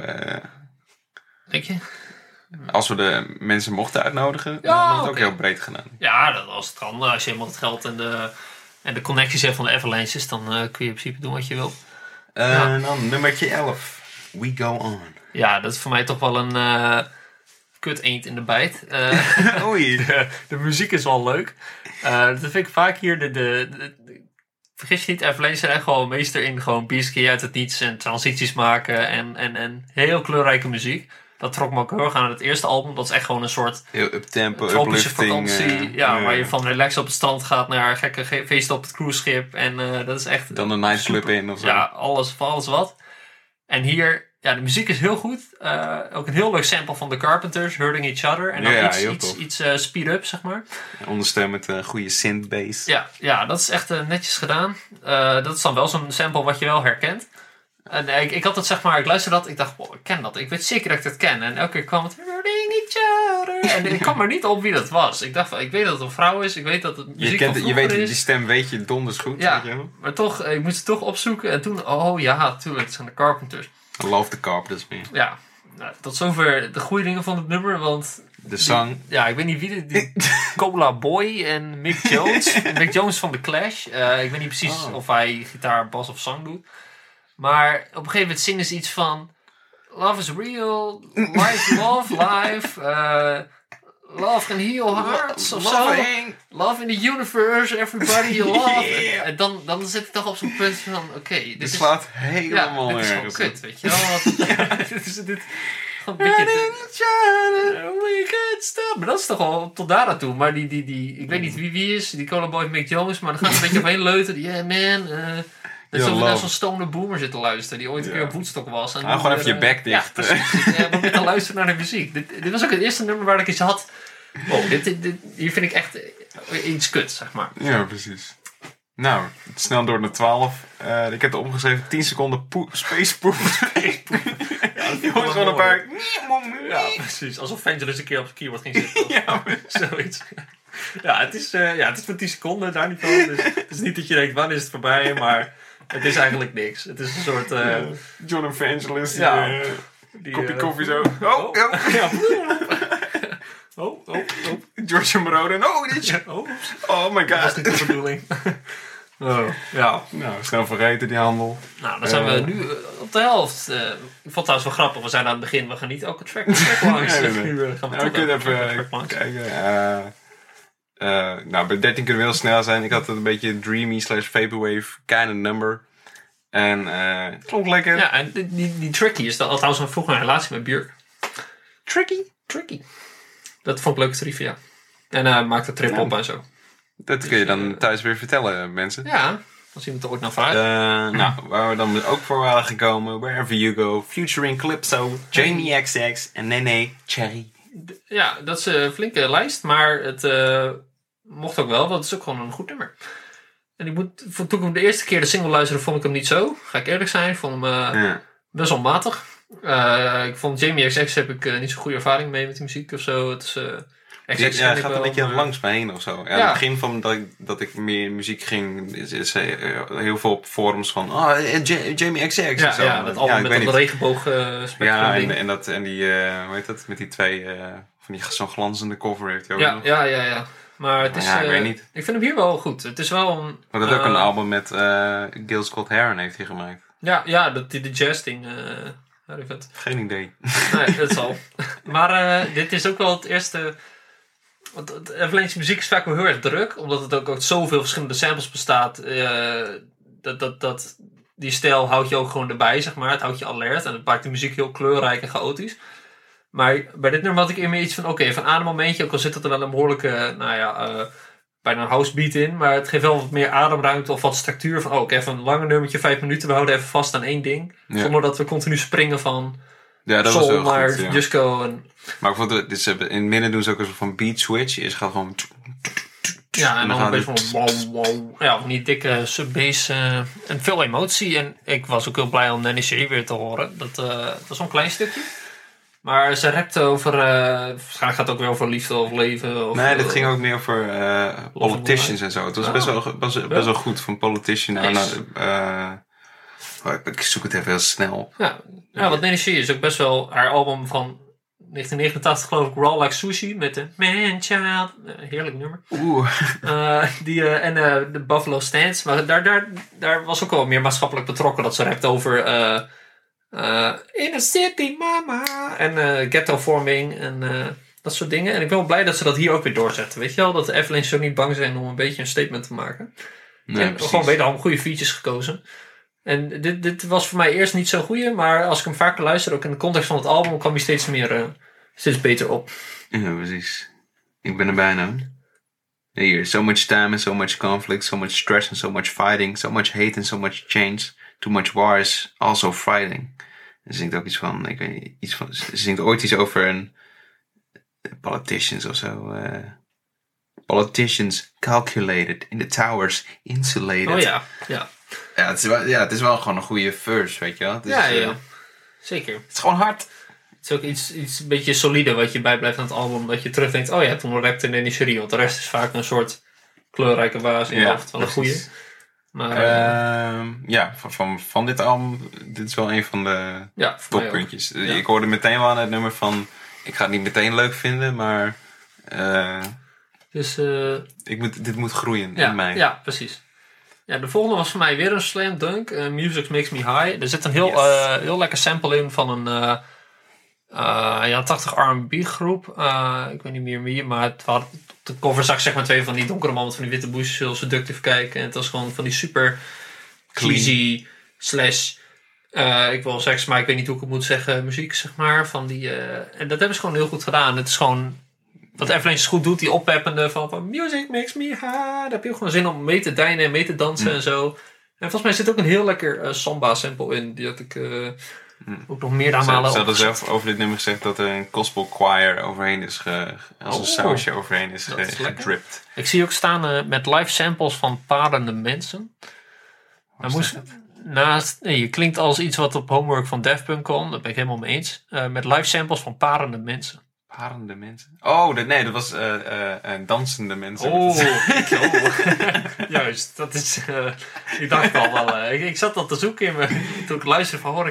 Denk je? Als we de mensen mochten uitnodigen, dan hadden we het ook heel breed gedaan. Ja, als het kan. Als je helemaal het geld en de connecties hebt van de Avalanches, dan kun je in principe doen wat je wilt. Dan nummertje 11. We Go On. Ja, dat is voor mij toch wel een kut eend in de bijt. Oei. De muziek is wel leuk. Dat vind ik vaak hier vergis je niet, Avalanche zijn echt gewoon meester in gewoon beatskey uit het niets en transities maken en heel kleurrijke muziek. Dat trok me ook heel erg aan het eerste album. Dat is echt gewoon een soort heel up-tempo, tropische uplifting. vakantie. Waar je van relax op het strand gaat naar gekke feesten op het cruiseschip. En dat is echt... Dan een nightclub in of zo. Ja, alles wat. En hier, de muziek is heel goed. Ook een heel leuk sample van The Carpenters, Hurting Each Other. En dan iets speed-up, zeg maar. Ondersteund met een goede synth-bass. Ja, dat is echt netjes gedaan. Dat is dan wel zo'n sample wat je wel herkent. En ik had het zeg maar, ik luisterde dat, ik dacht, ik ken dat. Ik weet zeker dat ik dat ken. En elke keer kwam het Hurting Each Other. En ik kwam maar niet op wie dat was. Ik dacht, ik weet dat het een vrouw is. Ik weet dat het muziek van vroeger is. Die stem weet je donders goed. Ja, weet je? Maar toch, ik moest het toch opzoeken. En toen, tuurlijk, het zijn de Carpenters. I love the Carpenters, man. Ja, tot zover de goede dingen van het nummer, want... De song. Ik weet niet wie die Cola Boy en Mick Jones. Mick Jones van The Clash. Ik weet niet precies of hij gitaar, bas of zang doet. Maar op een gegeven moment zingen ze iets van... Love is real, life, love, life. Love can heal hearts of zo. Love in the universe, everybody you love. Yeah. En dan zit ik toch op zo'n punt van... Oké, dit slaat helemaal dit is gewoon nergens. kut, weet je wel. Dit is gewoon een beetje... We can't stop. Maar dat is toch al tot daar aan toe. Maar ik weet niet wie is. Die Cola Boy Mick Jones. Maar dan gaat een beetje omheen leuten. Yeah man... Dat is alsof je naar zo'n stoner boomer zit te luisteren. Die ooit een keer op Woodstock was. En gewoon even je bek dicht. Ja, om te luisteren naar de muziek. Dit was ook het eerste nummer waar ik iets had... hier vind ik echt iets kut, zeg maar. Ja, precies. Nou, snel door naar 12. Ik heb er opgeschreven 10 seconden space poop. Je hoort gewoon een paar... Ja, precies. Alsof Vangelis een keer op het keyboard ging zitten. Ja, zoiets. Ja, het is voor 10 seconden, daar niet van. Dus het is niet dat je denkt, wanneer is het voorbij? Maar het is eigenlijk niks. Het is een soort... John Evangelist. Die kopje koffie zo. George Moroder. Oh my god. Dat is niet de bedoeling. Ja. Nou, snel vergeten die handel. Nou, dan zijn we nu op de helft. Ik vond het trouwens wel grappig. We zijn aan het begin. We gaan niet elke track langs. We kunnen even kijken. Bij 13 kunnen we heel snel zijn. Ik had het een beetje dreamy / vaporwave kind of number. En het klonk lekker. Ja, en die Tricky is althans vroeger een relatie met Björk. Tricky. Dat vond ik leuk trivia. En hij maakte trip-hop en zo. Dat kun je dan thuis weer vertellen, mensen. Ja, als iemand er ooit naar vraagt. Waar we dan ook voor waren gekomen. Wherever You Go, featuring Calypso, Jamie XX en Nene Cherry. Ja, dat is een flinke lijst, maar het mocht ook wel, want het is ook gewoon een goed nummer. En toen ik hem de eerste keer de single luisterde, vond ik hem niet zo. Ga ik eerlijk zijn, ik vond hem best wel matig. Ik vond Jamie XX heb ik niet zo'n goede ervaring mee met die muziek of zo. Het is... het gaat een beetje langs me heen of zo. Ja, aan het begin van dat ik meer muziek ging, is heel veel op forums van Jamie XX en zo. Ja, dat album met dat regenboog spectrum ding. En die, hoe heet dat, met die twee, van die zo'n glanzende cover heeft hij ook nog. Ja. Maar het is, ik weet niet. Ik vind hem hier wel goed. Het is wel een... Maar dat ook een album met Gil Scott-Heron heeft hij gemaakt. Ja, de jazz ding. Geen idee. Nee, dat zal. Maar dit is ook wel het eerste... Want Avalanche muziek is vaak wel heel erg druk. Omdat het ook uit zoveel verschillende samples bestaat. Die stijl houdt je ook gewoon erbij, zeg maar. Het houdt je alert. En het maakt de muziek heel kleurrijk en chaotisch. Maar bij dit nummer had ik meer iets van... Oké, van aan een momentje. Ook al zit er wel een behoorlijke... bijna een house beat in. Maar het geeft wel wat meer ademruimte of wat structuur. Van even een langer nummertje, 5 minuten. We houden even vast aan één ding. Ja. Zonder dat we continu springen van... Ja, dat soul was naar goed, ja. Jusco. En... Maar ik vond het, in het midden doen ze ook een soort van beat switch. Is gaat gewoon... Ja, en dan een beetje van wow. Ja, van die dikke subbass en veel emotie. En ik was ook heel blij om Nanny Sherry weer te horen. Dat was zo'n klein stukje. Maar ze rapte over... waarschijnlijk gaat het ook weer over liefde of leven. Of, Nee, dit ging ook meer over politicians en zo. Het was best wel goed van politician naar... ik zoek het even heel snel op. Ja, wat Neneh Cherry is ook best wel haar album van 1989 geloof ik, Raw Like Sushi met de Man Child. Heerlijk nummer. En de Buffalo Stance. Maar daar was ook wel meer maatschappelijk betrokken dat ze rapt over In a City Mama en ghetto forming en dat soort dingen. En ik ben wel blij dat ze dat hier ook weer doorzetten. Weet je wel, dat de Avalanche zo niet bang zijn om een beetje een statement te maken. Nee, en gewoon wederom goede features gekozen. En dit was voor mij eerst niet zo'n goeie, maar als ik hem vaker luister, ook in de context van het album, kwam hij steeds beter op. Ja, precies. Ik ben er bijna. Hier, so much time and so much conflict, so much stress and so much fighting, so much hate and so much change, too much war is also fighting. En ze zingt ook iets van, ik weet niet, ze zingt ooit iets over een politicians of zo. Politicians calculated, in the towers insulated. Oh ja, ja. Ja, het is wel gewoon een goede verse, weet je wel. Ja, zeker. Het is gewoon hard. Het is ook iets een beetje solide wat je bijblijft aan het album. Dat je terugdenkt, oh ja, toen rapte Neneh Cherry. Want de rest is vaak een soort kleurrijke waas in de hoofd van een goeie. Maar, van dit album, dit is wel een van de toppuntjes. Ja. Ik hoorde meteen wel aan het nummer van, ik ga het niet meteen leuk vinden, maar dit moet groeien in mij. Ja, precies. Ja, de volgende was voor mij weer een slam dunk. Music Makes Me High. Er zit een heel lekker sample in van een 80 R&B groep. Ik weet niet meer wie, maar op de cover zag ik zeg maar twee van die donkere mannen met van die witte boesjes heel seductief kijken. En het was gewoon van die super cheesy / ik wil seks, maar ik weet niet hoe ik het moet zeggen, muziek zeg maar. Van die, en dat hebben ze gewoon heel goed gedaan. Het is gewoon wat Avalanche goed doet, die oppeppende van music makes me high. Daar heb je ook gewoon zin om mee te deinen en mee te dansen en zo. En volgens mij zit ook een heel lekker samba sample in. Die had ik ook nog meer malen. Ze hadden zelf over dit nummer gezegd dat er een gospel choir overheen is als een sausje overheen is gedript. Ik zie ook staan met live samples van parende mensen. Je klinkt als iets wat op Homework van Daft Punk kon. Daar ben ik helemaal mee eens. Met live samples van parende mensen. Parende mensen? Oh, dat was dansende mensen. Juist, dat is... ik dacht al wel... ik zat al te zoeken toen ik luisterde van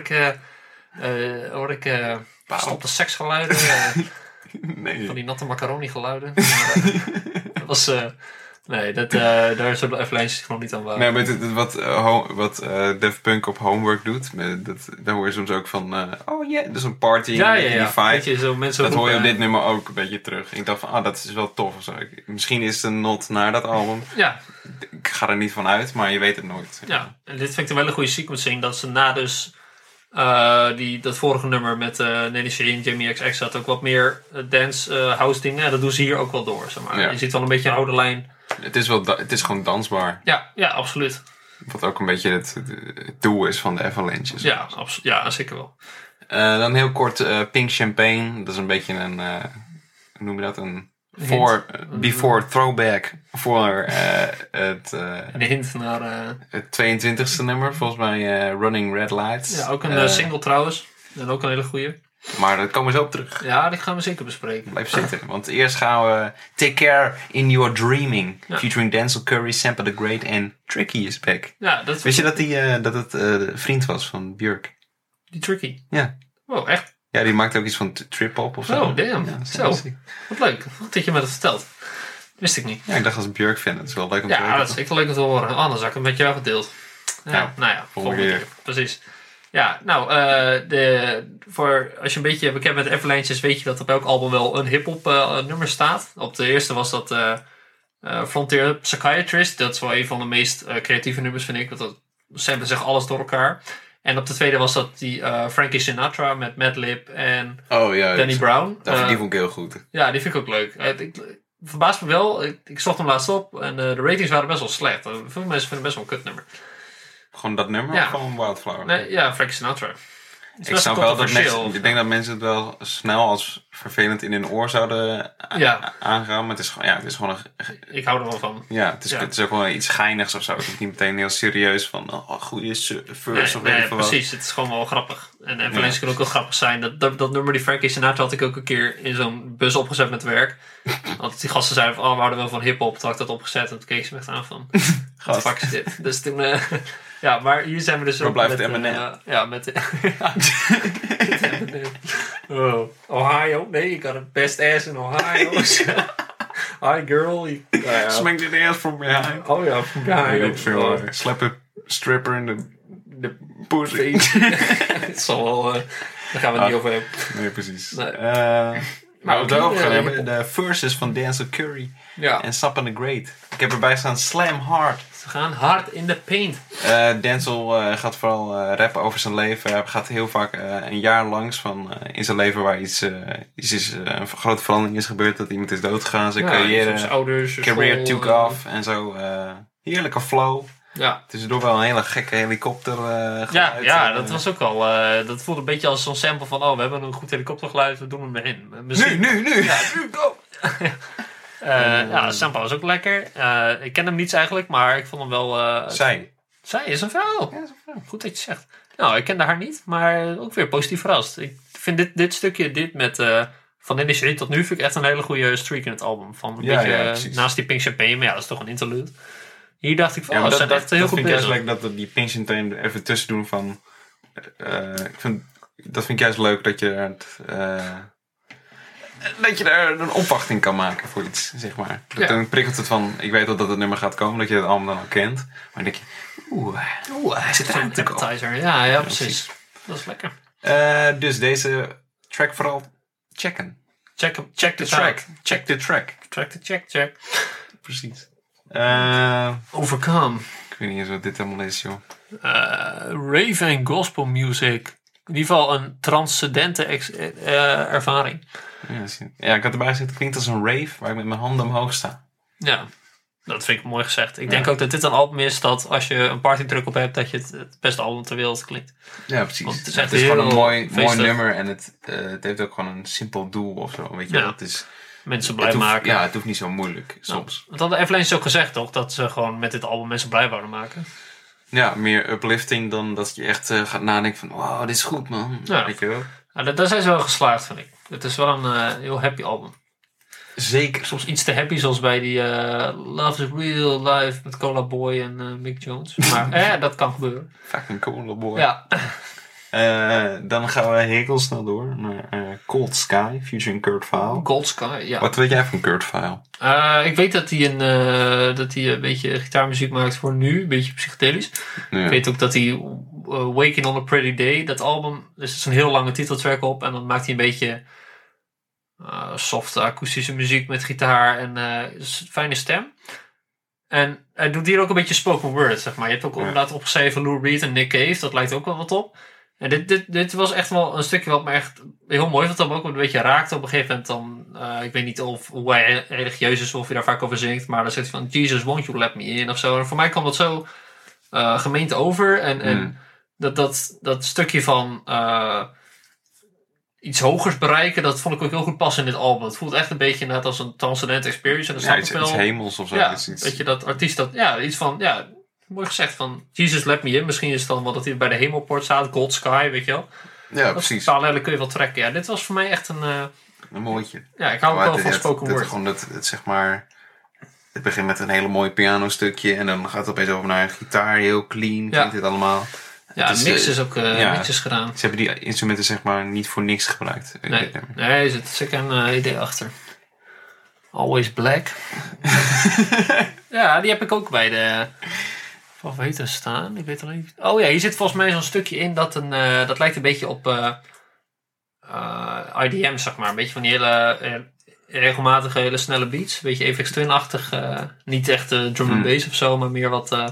hoor ik stopte seksgeluiden. Nee. Van die natte macaroni geluiden. Dat was... daar zullen de Avalanche zich nog niet aan waren. Nee, maar wat Daft Punk op Homework doet, daar hoor je soms ook van, dat is een party, die vibe. Zo, mensen dat hoor je op dit nummer ook een beetje terug. Ik dacht van, dat is wel tof of zo. Misschien is het een nod naar dat album. Ja. Ik ga er niet van uit, maar je weet het nooit. Ja, en dit vind ik wel een goede sequencing, dat ze na dus dat vorige nummer met Neneh Cherry en Jamie XX had ook wat meer dance house dingen. En dat doen ze hier ook wel door, zeg maar. Ja. Je ziet wel een beetje een oude lijn. Het is gewoon dansbaar. Ja, absoluut. Wat ook een beetje het doel is van de Avalanches. Ja, zeker wel. Dan heel kort Pink Champagne. Dat is een beetje een, hoe noem je dat? Een before throwback voor een hint naar... het 22e nummer. Volgens mij Running Red Lights. Ja, ook een single trouwens. En ook een hele goeie. Maar daar komen we zo op terug. Ja, die gaan we zeker bespreken. Blijf zitten. Want eerst gaan we Take Care in Your Dreaming. Ja. Featuring Denzel Curry, Sampa the Great en Tricky is back. Ja, wist je dat het vriend was van Björk? Die Tricky? Ja. Oh, echt? Ja, die maakte ook iets van trip-hop of zo. Oh, damn. Ja, zo. Wat leuk. Goed dat je me dat vertelt. Wist ik niet. Ja, ik dacht als Björk-fan. Dat is wel leuk om te weten. Ja, dat is echt leuk om te horen. Anders had ik het met jou gedeeld. Ja, nou ja, volgende keer. Precies. Ja, nou, als je een beetje bekend met Avalanche weet je dat op elk album wel een hip-hop nummer staat. Op de eerste was dat Frontier Psychiatrist. Dat is wel een van de meest creatieve nummers, vind ik. Want dat samplen zich alles door elkaar. En op de tweede was dat die Frankie Sinatra met Madlib en Danny Brown. Die vond ik heel goed. Ja, die vind ik ook leuk. Ik verbaast me wel. Ik zocht hem laatst op en de ratings waren best wel slecht. Veel mensen vinden het best wel een kut nummer. Gewoon dat nummer of gewoon Wildflower? Nee, ja, Frank Sinatra. Ik snap wel dat mensen... Ik denk dat mensen het wel snel als vervelend in hun oor zouden aangaan. Maar het is gewoon Ik hou er wel van. Ja, het is ook wel iets geinigs of zo. Het is niet meteen heel serieus van... goede verse of weet ik veel wat. Precies. Het is gewoon wel grappig. En Avalanche kan ook wel grappig zijn. Dat nummer, die Frankie Sinatra, had ik ook een keer in zo'n bus opgezet met werk. Want die gasten zeiden van... we houden wel van hiphop. Toen had ik dat opgezet. En toen keek ze me echt aan van... wat fuck is dit? Dus toen... ja, maar hier zijn we dus ook blijft M&M? met oh, Ohio? Nee, ik had het best ass in Ohio. Hi girl. Smack the ass from behind. Oh ja, from behind. Slap a stripper in de pussy. Het zal wel... daar gaan we het niet over hebben. Nee, precies. Nee. Maar we het over gaan hebben. De verses van Denzel Curry en Sap and the Great. Ik heb erbij staan Slam Hard. Ze gaan hard in de paint. Denzel gaat vooral rappen over zijn leven. Hij gaat heel vaak een jaar langs van in zijn leven waar een grote verandering is gebeurd. Dat iemand is doodgegaan. Zijn carrière took off en zo. Heerlijke flow. Ja. Het is door wel een hele gekke helikopter geluid. Ja, dat was ook al... dat voelde een beetje als zo'n sample van... we hebben een goed helikoptergeluid, we doen hem erin. Misschien... Nu! Ja, nu, go! de sample was ook lekker. Ik ken hem niets eigenlijk, maar ik vond hem wel... Zij is een vrouw. Ja, is een vrouw. Goed dat je zegt. Nou, ik kende haar niet, maar ook weer positief verrast. Ik vind dit stukje met... van Initiate tot nu vind ik echt een hele goede streak in het album. Van een beetje naast die Pink Champagne, maar ja, dat is toch een interlude. Hier dacht ik van, ze zijn echt heel goed bezig. Dat vind ik juist leuk dat die Pink Champagne er even tussen doen van... dat vind ik juist leuk dat je dat je daar een opwachting kan maken voor iets, zeg maar. Dan prikkelt het van, ik weet al dat het nummer gaat komen, dat je het allemaal dan al kent. Maar dan denk je, hij zit eraan te komen. Ja, precies. Dat is lekker. Dus deze track vooral checken. Check the track. Check the track. Track the check. Precies. Overcome. Ik weet niet eens wat dit helemaal is, joh. Rave en gospel music. In ieder geval een transcendente ervaring. Ja, ik had erbij gezegd, het klinkt als een rave waar ik met mijn handen omhoog sta. Ja, dat vind ik mooi gezegd. Ik denk ook dat dit een album is dat als je een partydruk op hebt, dat je het beste album ter wereld klinkt. Ja, precies. Want het is gewoon een mooi nummer en het heeft ook gewoon een simpel doel of zo. Weet je, het is... Mensen blij maken. Ja, het hoeft niet zo moeilijk soms. Dat hadden Avalanche ook gezegd, toch? Dat ze gewoon met dit album mensen blij wouden maken. Ja, meer uplifting dan dat je echt gaat nadenken van... Wow, dit is goed, man. Ja. Weet je wel? Ja, daar zijn ze wel geslaagd, vind ik. Het is wel een heel happy album. Zeker. Soms iets te happy, zoals bij die Love is Real Live met Cola Boy en Mick Jones. Maar dat kan gebeuren. Fucking Cola Boy. Ja. Dan gaan we heel snel door naar Cold Sky, featuring Kurt Vile. Cold Sky, ja. Wat weet jij van Kurt Vile? Ik weet dat hij een beetje gitaarmuziek maakt voor nu, een beetje psychedelisch. Ja. Ik weet ook dat hij Waking on a Pretty Day, dat album, dus er is een heel lange titeltrack op en dan maakt hij een beetje softe akoestische muziek met gitaar en fijne stem. En hij doet hier ook een beetje spoken word, zeg maar. Je hebt ook inderdaad opgeschreven Lou Reed en Nick Cave, dat lijkt ook wel wat op. En dit was echt wel een stukje wat me echt heel mooi vond. Dat me ook een beetje raakte op een gegeven moment. Dan, ik weet niet hoe hij religieus is of je daar vaak over zingt. Maar dan zegt hij van Jesus, won't you let me in of zo. En voor mij kwam dat zo gemeend over. En dat stukje van iets hogers bereiken, dat vond ik ook heel goed passen in dit album. Het voelt echt een beetje net als een transcendent experience. En dat iets hemels of zo. Ja, weet je, dat artiest iets van... mooi gezegd van Jesus let me in. Misschien is het dan wel dat hij bij de hemelpoort staat. Gold Sky, weet je wel. Ja, precies. Parallellen kun je wel trekken. Ja, dit was voor mij echt een mooitje. Ja, ik hou ook wel van spoken word. Gewoon het zeg maar... Het begint met een hele mooi pianostukje. En dan gaat het opeens over naar een gitaar. Heel clean. Klinkt dit allemaal. Ja, de mix is ook netjes gedaan. Ze hebben die instrumenten zeg maar niet voor niks gebruikt. Nee, er zit zeker een idee achter. Always Black. Ja, die heb ik ook bij de... favorieten staan. Ik weet er niet. Oh ja, hier zit volgens mij zo'n stukje in dat lijkt een beetje op IDM, zeg maar. Een beetje van die hele regelmatige, hele snelle beats. Een beetje Aphex Twin-achtig. Niet echt drum and bass of zo, maar meer wat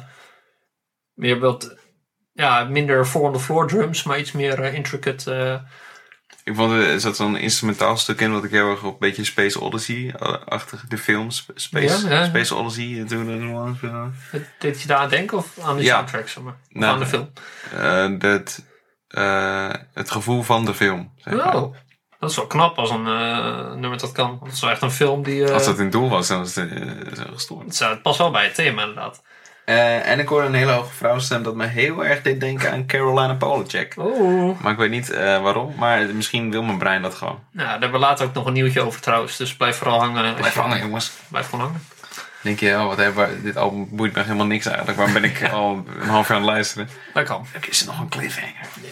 minder four-on-the-floor drums, maar iets meer intricate. Ik vond er zat zo'n instrumentaal stuk in wat ik heel erg op een beetje Space Odyssey-achtig, de film Space Odyssey. Deed je daar aan denken of aan de soundtrack, zeg maar? Of aan de film? het gevoel van de film. Zeg maar. Oh, dat is wel knap als een nummer dat kan. Dat is wel echt een film die... Als dat in doel was, dan was het gestoord. Het past wel bij het thema inderdaad. En ik hoorde een hele hoge vrouwenstem dat me heel erg deed denken aan Carolina Polachek. Oh. Maar ik weet niet waarom, maar misschien wil mijn brein dat gewoon. Nou, daar hebben we later ook nog een nieuwtje over trouwens. Dus blijf vooral hangen. Blijf hangen, jongens. Blijf gewoon hangen. Denk je, dit album boeit me helemaal niks eigenlijk. Waarom ben ik al een half jaar aan het luisteren? Dat kan. Is er nog een cliffhanger?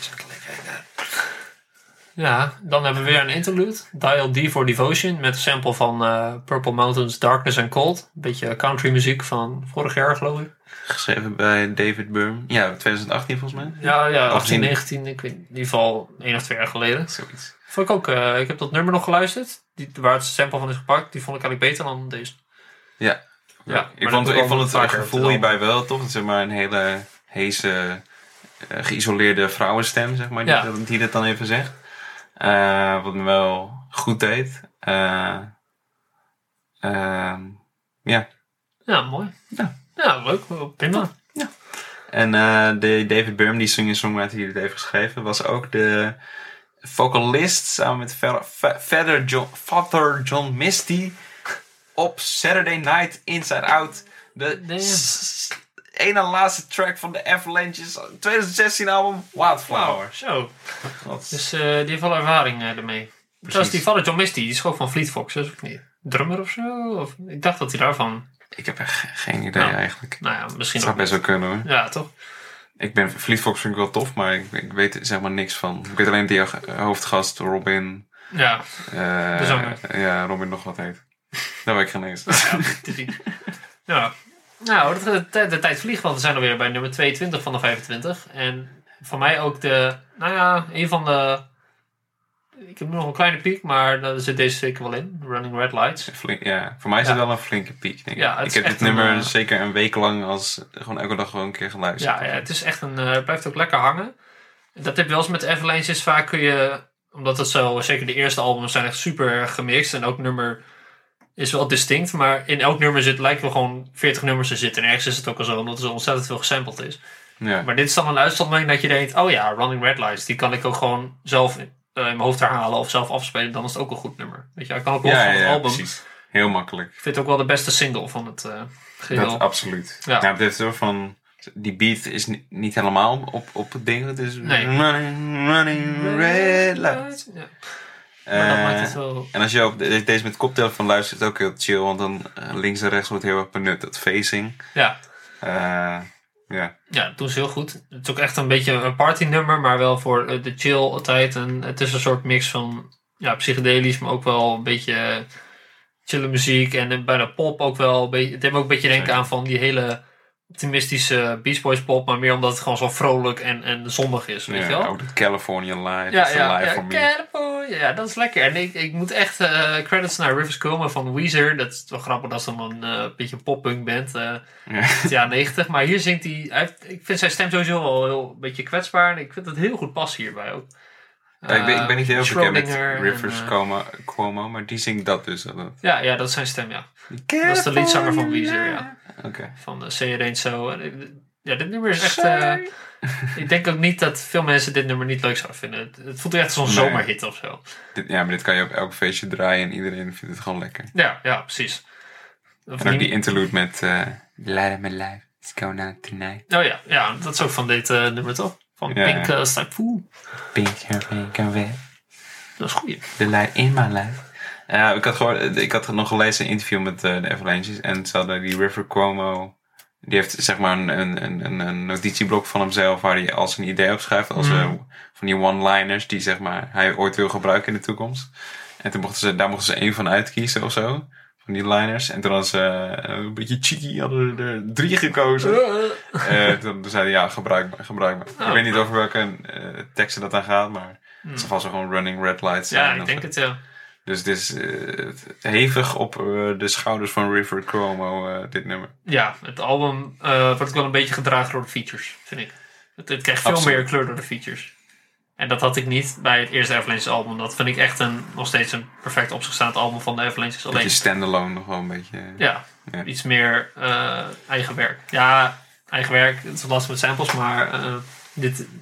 Ja, dan hebben we weer een interlude. Dial D for Devotion met een sample van Purple Mountains Darkness and Cold. Een beetje country muziek van vorig jaar geloof ik. Geschreven bij David Byrne. Ja, 2018 volgens mij. Ja, 18, 19. Ik weet in ieder geval 1 of 2 jaar geleden. Zoiets. Vond ik ook. Ik heb dat nummer nog geluisterd. Waar het sample van is gepakt. Die vond ik eigenlijk beter dan deze. Ja. Ja, ik vond het gevoel hierbij wel toch. Het is zeg maar een hele heese, geïsoleerde vrouwenstem, zeg maar, die dat dan even zegt. Wat me wel goed deed. Ja. Ja, mooi. Ja, leuk. Prima. Ja. En de David Byrne, die singer-songwriter die dit heeft geschreven, was ook de vocalist samen met Father John Misty op Saturday Night Inside Out. De ene laatste track van de Avalanches 2016 album Wildflower. Zo. God. Dus die heeft wel ervaring ermee. Zoals die Father John Misty, die is ook van Fleet Foxes, of niet? Drummer of zo? Of, ik dacht dat hij daarvan... Ik heb echt geen idee eigenlijk. Nou ja, misschien zou ook best wel kunnen hoor. Ja, toch? Fleet Fox vind ik wel tof, maar ik weet zeg maar niks van. Ik weet alleen die hoofdgast Robin. Ja, de zanger. Ja, Robin nog wat heet. Daar weet ik geen eens. Ja. Nou, de tijd vliegt, want we zijn alweer bij nummer 22 van de 25. En voor mij ook een van de... Ik heb nu nog een kleine piek, maar daar zit deze zeker wel in. Running Red Lights. Ja, voor mij is het wel een flinke piek, denk ik. Ja, ik heb dit nummer zeker een week lang gewoon elke dag gewoon een keer geluisterd. Ja, het is echt het blijft ook lekker hangen. Dat heb je wel eens met Avalanche, vaak kun je, omdat het zo, zeker de eerste albums zijn echt super gemixt. En elk nummer is wel distinct, maar in elk nummer lijkt wel gewoon 40 nummers te zitten. En ergens is het ook al zo, omdat er zo ontzettend veel gesampled is. Ja. Maar dit is dan een uitzondering dat je denkt, oh ja, Running Red Lights, die kan ik ook gewoon zelf in mijn hoofd herhalen of zelf afspelen, dan is het ook een goed nummer. Weet je, ik kan ook los van het album. Precies. Heel makkelijk. Ik vind het ook wel de beste single van het geheel. Dat absoluut. Ja. Nou, dit is zo van, die beat is niet helemaal op het ding. Het is running red lights. Ja. Maar dat maakt het wel... En als je op deze met koptelefoon luistert, is het ook heel chill, want dan links en rechts wordt heel erg benut. Dat facing. Ja. Ja, dat doen ze heel goed. Het is ook echt een beetje een partynummer, maar wel voor de chill tijd. En het is een soort mix van psychedelisch, maar ook wel een beetje chille muziek. En bijna pop ook wel. Het heeft me ook een beetje denken aan van die hele optimistische Beach Boys pop, maar meer omdat het gewoon zo vrolijk en zonnig is. Weet je wel? Ook dat California Live. Ja, California. Ja, dat is lekker. En ik moet echt credits naar Rivers Cuomo van Weezer. Dat is wel grappig, dat is dan een beetje een poppunk band. De jaren 90. Maar hier zingt hij... Ik vind zijn stem sowieso wel heel een beetje kwetsbaar. En ik vind het heel goed passen hierbij ook. Ik ben niet heel bekend met Rivers Cuomo, maar die zingt dat dus. Ja, dat is zijn stem, ja. Dat is de liedzanger van Weezer, ja. Okay. Van Say It Ain't So. Ja, dit nummer is echt... ik denk ook niet dat veel mensen dit nummer niet leuk zouden vinden. Het voelt echt als zo'n zomerhit of zo. Maar dit kan je op elk feestje draaien en iedereen vindt het gewoon lekker. Ja, precies. En ook die interlude met Light of My Life, It's Going On Tonight. Oh ja, dat is ook van dit nummer toch? Van Pink Style Fool. Pink and Red. Dat is goed. The Light in My Life. Ik had nog gelezen een interview met de Avalanches en ze hadden die River Cuomo. Die heeft zeg maar een notitieblok van hemzelf waar hij al zijn idee op schrijft. Als van die one-liners die zeg maar hij ooit wil gebruiken in de toekomst. En toen mochten ze één van uitkiezen of zo. Van die liners. En toen hadden ze een beetje cheeky, hadden er 3 gekozen. Toen zei hij gebruik maar. Ik weet niet over welke teksten dat aan gaat, maar het zal vast gewoon running red lights zijn. Ja, ik denk het, ja. Dus dit is hevig op de schouders van River Cuomo, dit nummer. Ja, het album wordt ook wel een beetje gedragen door de features, vind ik. Het krijgt veel meer kleur door de features. En dat had ik niet bij het eerste Avalanches album. Dat vind ik echt nog steeds een perfect opgestaand album van de Avalanches. Alleen standalone nog wel een beetje. Ja. Iets meer eigen werk. Ja, eigen werk. Het is lastig met samples, maar dit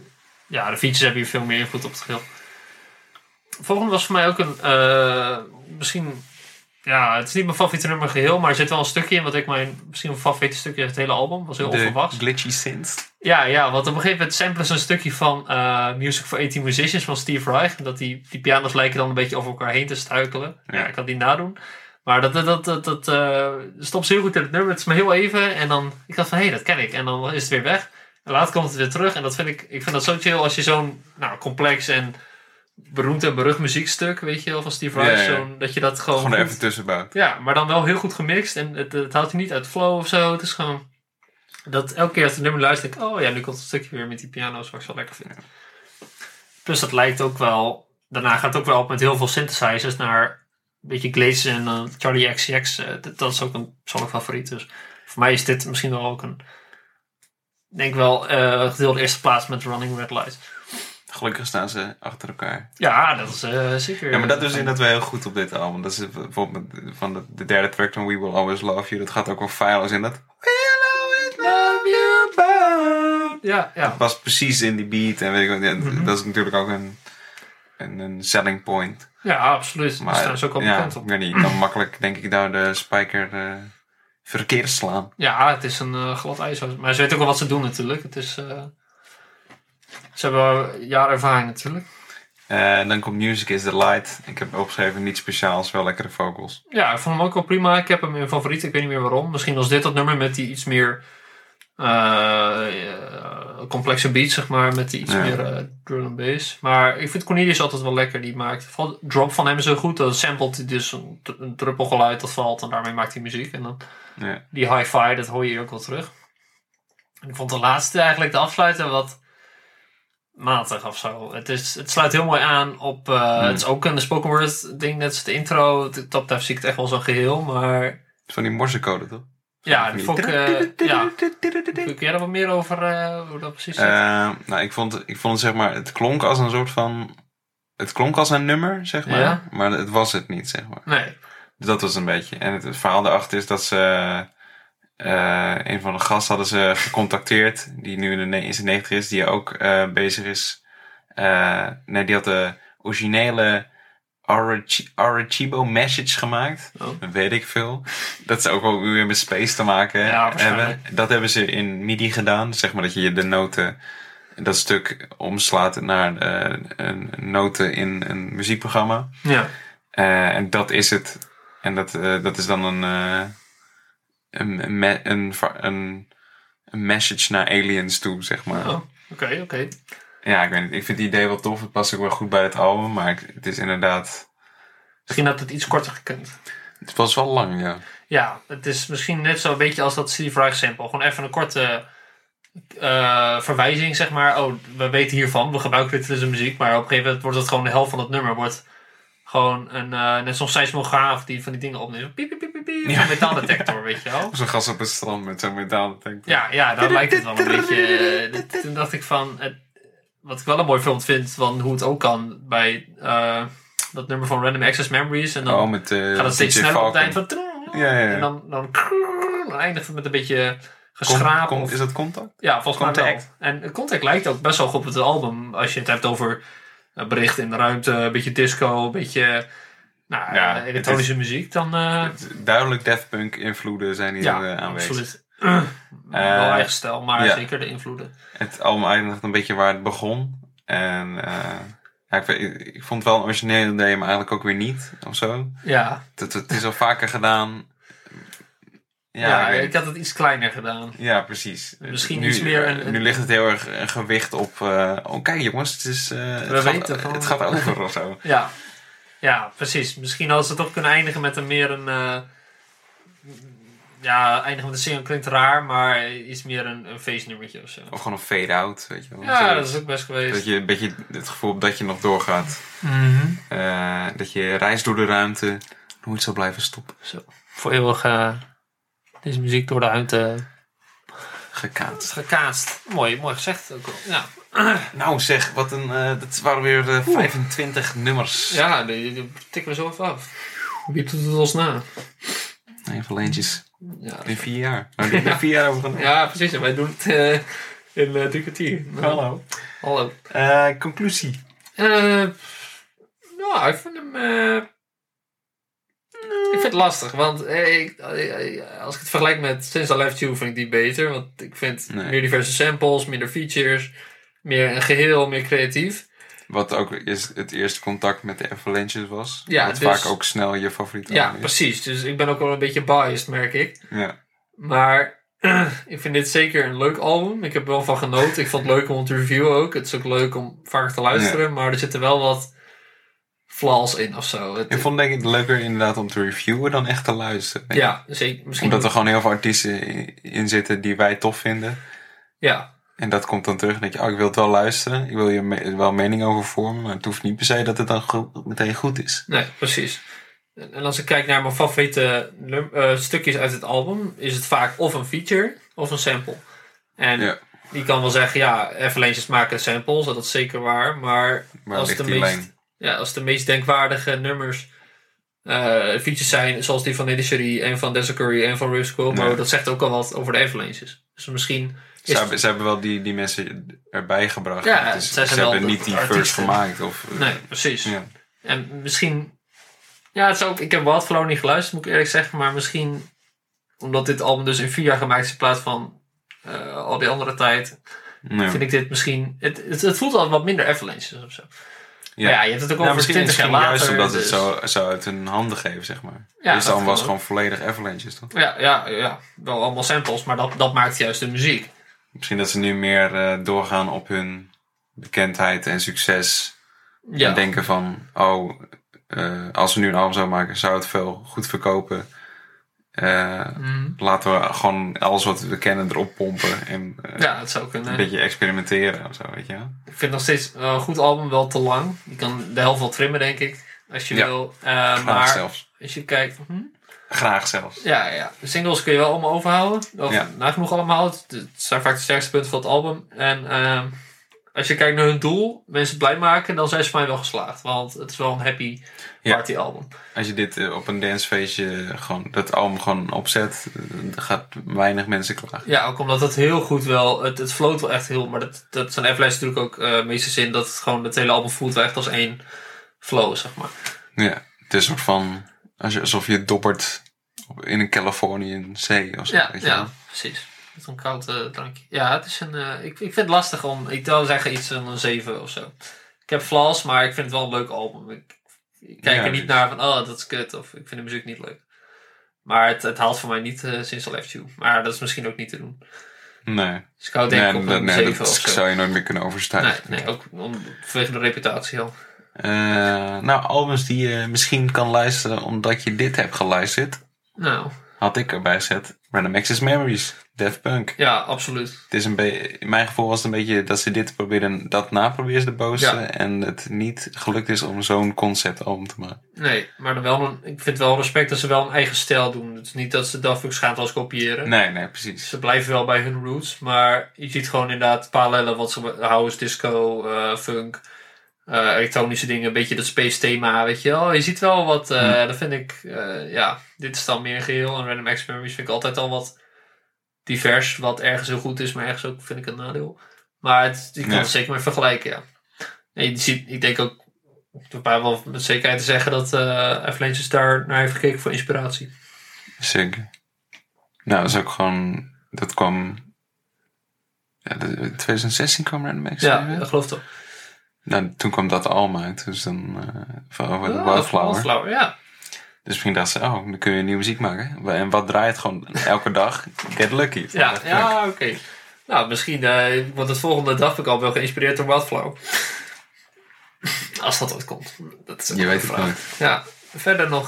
Ja, de features hebben hier veel meer invloed op het geheel. De volgende was voor mij ook een... misschien... Ja, het is niet mijn favoriete nummer geheel, maar er zit wel een stukje in wat ik misschien mijn favoriete stukje uit het hele album. Was heel onverwachts. Glitchy synth. Ja, want op een gegeven moment samplen ze een stukje van Music for 18 Musicians van Steve Reich. En dat die pianos lijken dan een beetje over elkaar heen te stuikelen. Ja, ik kan die nadoen. Maar dat stopt heel goed in het nummer. Het is maar heel even. En dan, ik dacht van, dat ken ik. En dan is het weer weg. En later komt het weer terug. En dat ik vind dat zo chill als je zo'n complex en beroemd en berucht muziekstuk, weet je wel, van Steve Reich. Ja. Dat je dat gewoon Gewoon even tussenbouwt. Ja, maar dan wel heel goed gemixt. En het haalt je niet uit flow of zo. Het is gewoon... Dat elke keer als het nummer luister ik... Oh ja, nu komt het stukje weer met die piano's wat ik zo lekker vind. Ja. Plus dat lijkt ook wel... Daarna gaat het ook wel op met heel veel synthesizers naar een beetje Glaze en Charlie XCX. Dat is ook een persoonlijk favoriet. Dus voor mij is dit misschien wel ook een... Ik denk wel gedeelde eerste plaats met Running Red Lights. Gelukkig staan ze achter elkaar. Ja, dat is zeker... Ja, maar dat is inderdaad wel heel goed op dit album. Dat is bijvoorbeeld van de derde track van We Will Always Love You. Dat gaat ook wel feilloos in dat... We'll always love you, bound. Ja. Dat past precies in die beat. En weet ik wat, dat is natuurlijk ook een selling point. Ja, absoluut. Maar, daar staan ze ook al bekend op. Ik weet niet, je kan makkelijk, denk ik, daar de spijker verkeerd slaan. Ja, het is een glad ijs. Maar ze weten ook wel wat ze doen natuurlijk. Het is... Ze hebben jaren ervaring natuurlijk. En dan komt Music is the Light. Ik heb opgeschreven niet speciaals, wel lekkere vocals. Ja, ik vond hem ook wel prima. Ik heb hem in favoriet. Ik weet niet meer waarom. Misschien was dit dat nummer met die iets meer complexe beat, zeg maar. Met die iets meer drum and bass. Maar ik vind Cornelius altijd wel lekker. Die maakt drop van hem zo goed. Dat samplet dus een druppelgeluid dat valt. En daarmee maakt hij muziek. En dan die hi-fi, dat hoor je hier ook wel terug. En ik vond de laatste eigenlijk, de afsluiter, wat... matig of zo. Het sluit heel mooi aan op... Het is ook een spoken word ding, net als de intro. Top Dive zie ik het echt wel zo'n geheel, maar... Van die morsecode, toch? Ja, die vond ik... Kun jij er wat meer over hoe dat precies zit? Nou, ik vond het, zeg maar... Het klonk als een soort van... Het klonk als een nummer, zeg maar. Ja? Maar het was het niet, zeg maar. Nee. Dus dat was een beetje... En het verhaal daarachter is dat ze... een van de gasten hadden ze gecontacteerd, die nu in zijn 90 is, die ook bezig is. Die had de originele Arecibo message gemaakt. Oh. Dat weet ik veel. Dat ze ook wel weer met space te maken hebben. Dat hebben ze in MIDI gedaan. Zeg maar dat je de noten, dat stuk omslaat naar een noten in een muziekprogramma. Ja. En dat is het. En dat is dan een message naar aliens toe, zeg maar. Oh, oké. Ja, ik weet niet. Ik vind het idee wel tof. Het past ook wel goed bij het album. Maar het is inderdaad... Misschien had het iets korter gekund. Het was wel lang, ja. Ja, het is misschien net zo een beetje als dat Steve Reich sample. Gewoon even een korte verwijzing, zeg maar. Oh, we weten hiervan. We gebruiken dit in de muziek. Maar op een gegeven moment wordt het gewoon de helft van het nummer. Wordt gewoon net zo'n seismograaf die van die dingen opneemt. Piep, piep, piep, piep, piep. Zo'n metaaldetector, weet je wel. Zo'n gast op het strand met zo'n metaaldetector. Ja, daar lijkt het wel een beetje. Toen dacht ik van... wat ik wel een mooi film vind van hoe het ook kan bij dat nummer van Random Access Memories. En dan met, gaat het steeds sneller op het eind van... Ja. En dan eindigt het met een beetje geschrapen. Is dat Contact? Ja, volgens mij wel. Contact. En Contact lijkt ook best wel goed op het album. Als je het hebt over berichten in de ruimte, een beetje disco, een beetje elektronische muziek. Dan, duidelijk Daft Punk invloeden zijn hier aanwezig. Absoluut. Wel eigen stijl, maar zeker de invloeden. Het album eindigt een beetje waar het begon. En ik vond het wel een origineel idee, maar eigenlijk ook weer niet. Of zo. Ja. Het is al vaker gedaan. Ik had het iets kleiner gedaan. Ja, precies. Misschien nu, iets meer... Nu ligt het heel erg een gewicht op... kijk jongens, het gaat over of zo. Ja, precies. Misschien hadden ze toch kunnen eindigen met eindigen met een single klinkt raar, maar iets meer een feestnummertje of zo. Of gewoon een fade-out, weet je wel. Ja, dat is ook best geweest. Dat je een beetje het gevoel hebt dat je nog doorgaat. Dat je reist door de ruimte, nooit zal blijven stoppen. Zo. Voor eeuwig deze muziek door de ruimte gekaatst. Mooi gezegd ook wel. Ja. Nou zeg, dat waren weer 25 nummers. Ja, die tikken we zo even af. Wie doet het ons na? Even eentjes. In 4 jaar. Nou, die 4 jaar over gaan. Ja, precies. En wij doen het in 3 kwartier. Hallo. Hallo. Conclusie. Nou, ik vind hem... Ik vind het lastig, want als ik het vergelijk met Since I Left You vind ik die beter. Want ik vind meer diverse samples, minder features, meer een geheel, meer creatief. Wat ook is het eerste contact met de Avalanches was. Ja, wat dus, vaak ook snel je favoriete album is. Precies. Dus ik ben ook wel een beetje biased, merk ik. Ja. Maar ik vind dit zeker een leuk album. Ik heb er wel van genoten. Ik vond het leuk om te reviewen ook. Het is ook leuk om vaker te luisteren. Maar er zitten wel wat flaws in of zo. Ik vond denk ik leuker inderdaad om te reviewen dan echt te luisteren. Ja, zeker. Misschien omdat er gewoon heel veel artiesten in zitten die wij tof vinden. Ja. En dat komt dan terug en denk je, ik wil het wel luisteren. Ik wil je wel mening over vormen. Maar het hoeft niet per se dat het dan meteen goed is. Nee, precies. En als ik kijk naar mijn favoriete stukjes uit het album, is het vaak of een feature of een sample. En je kan wel zeggen, Avalanches maken samples, dat is zeker waar. Maar als de meest denkwaardige nummers features zijn, zoals die van Initiary en van Desert Curry en van Rivers Cuomo, dat zegt ook al wat over de Avalanches. Dus misschien... Ze hebben wel die mensen erbij gebracht. Ja, ze hebben niet die first gemaakt. Nee, precies. Ja. En misschien... Ja, het is ook, ik heb Wildflower niet geluisterd, moet ik eerlijk zeggen. Maar misschien, omdat dit album dus in 4 jaar gemaakt is in plaats van al die andere tijd, vind ik dit misschien... Het voelt al wat minder Avalanches of zo. Ja. Maar je hebt het ook over 20 jaar later. Juist omdat het zo uit hun handen geven, zeg maar. Ja, dus dan was gewoon volledig Avalanches, toch? Ja. Wel allemaal samples, maar dat maakt juist de muziek. Misschien dat ze nu meer doorgaan op hun bekendheid en succes. Ja. En denken van, als we nu een album zouden maken, zou het veel goed verkopen. Laten we gewoon alles wat we kennen erop pompen. En het zou kunnen. Een beetje experimenteren of zo, weet je. Ik vind nog steeds een goed album wel te lang. Je kan de helft wel trimmen, denk ik. Als je wil. Maar zelfs. Als je kijkt... Graag zelfs. Ja. De singles kun je wel allemaal overhouden. Of nagenoeg allemaal. Het zijn vaak de sterkste punten van het album. En als je kijkt naar hun doel, mensen blij maken, dan zijn ze voor mij wel geslaagd. Want het is wel een happy party album. Als je dit op een dancefeestje dat album gewoon opzet, dan gaat weinig mensen klagen. Ja, ook omdat het heel goed wel, het float wel echt heel, maar dat zijn Avalanche natuurlijk ook meeste zin dat het gewoon het hele album voelt wel echt als één flow, zeg maar. Ja, het is een soort van, alsof je dobbert in een Californian zee of zo. Ja, precies. Met een koud drankje. Ja, het is ik vind het lastig om... Ik zou zeggen iets van een 7 of zo. Ik heb flaws, maar ik vind het wel een leuk album. Ik kijk er niet naar van... dat is kut. Of ik vind de muziek niet leuk. Maar het haalt voor mij niet Since I Left You. Maar dat is misschien ook niet te doen. Nee. Dus ik hou denk ik op een 7 of zo. Zou je nooit meer kunnen overstijgen. Nee, ook vanwege de reputatie al. Albums die je misschien kan luisteren omdat je dit hebt geluisterd. Nou... Had ik erbij gezet. Random Access Memories. Daft Punk. Ja, absoluut. Het is in mijn gevoel was het een beetje dat ze dit proberen, dat naprobeerden de boze. Ja. En het niet gelukt is om zo'n conceptalbum te maken. Nee, maar dan wel ik vind wel respect dat ze wel een eigen stijl doen. Het is niet dat ze Daft Punk schaamteloos kopiëren. Nee, precies. Ze blijven wel bij hun roots. Maar je ziet gewoon inderdaad parallellen wat ze house, disco, funk, elektronische dingen. Een beetje dat space thema, weet je wel. Je ziet wel wat, dat vind ik, dit is dan meer een geheel. En Random Access Memories vind ik altijd al wat divers, wat ergens heel goed is, maar ergens ook vind ik een nadeel. Maar je kan het zeker maar vergelijken, ja. En je ziet, ik denk ook, wel met zekerheid te zeggen dat Avalanches daar naar heeft gekeken voor inspiratie. Zeker. Nou, dat is ook gewoon, dat kwam, in 2016 kwam Random Access. Ja, dat geloof ik toch. Nou, toen kwam dat album uit, dus dan over Wildflower. Ja. Dus misschien dacht ze, dan kun je nieuwe muziek maken. En wat draait gewoon elke dag? Get Lucky. Ja, oké. Nou, misschien wordt het volgende dag ook al wel geïnspireerd door Wildflower. Als dat ooit komt. Dat is je weet het nooit. Ja, verder nog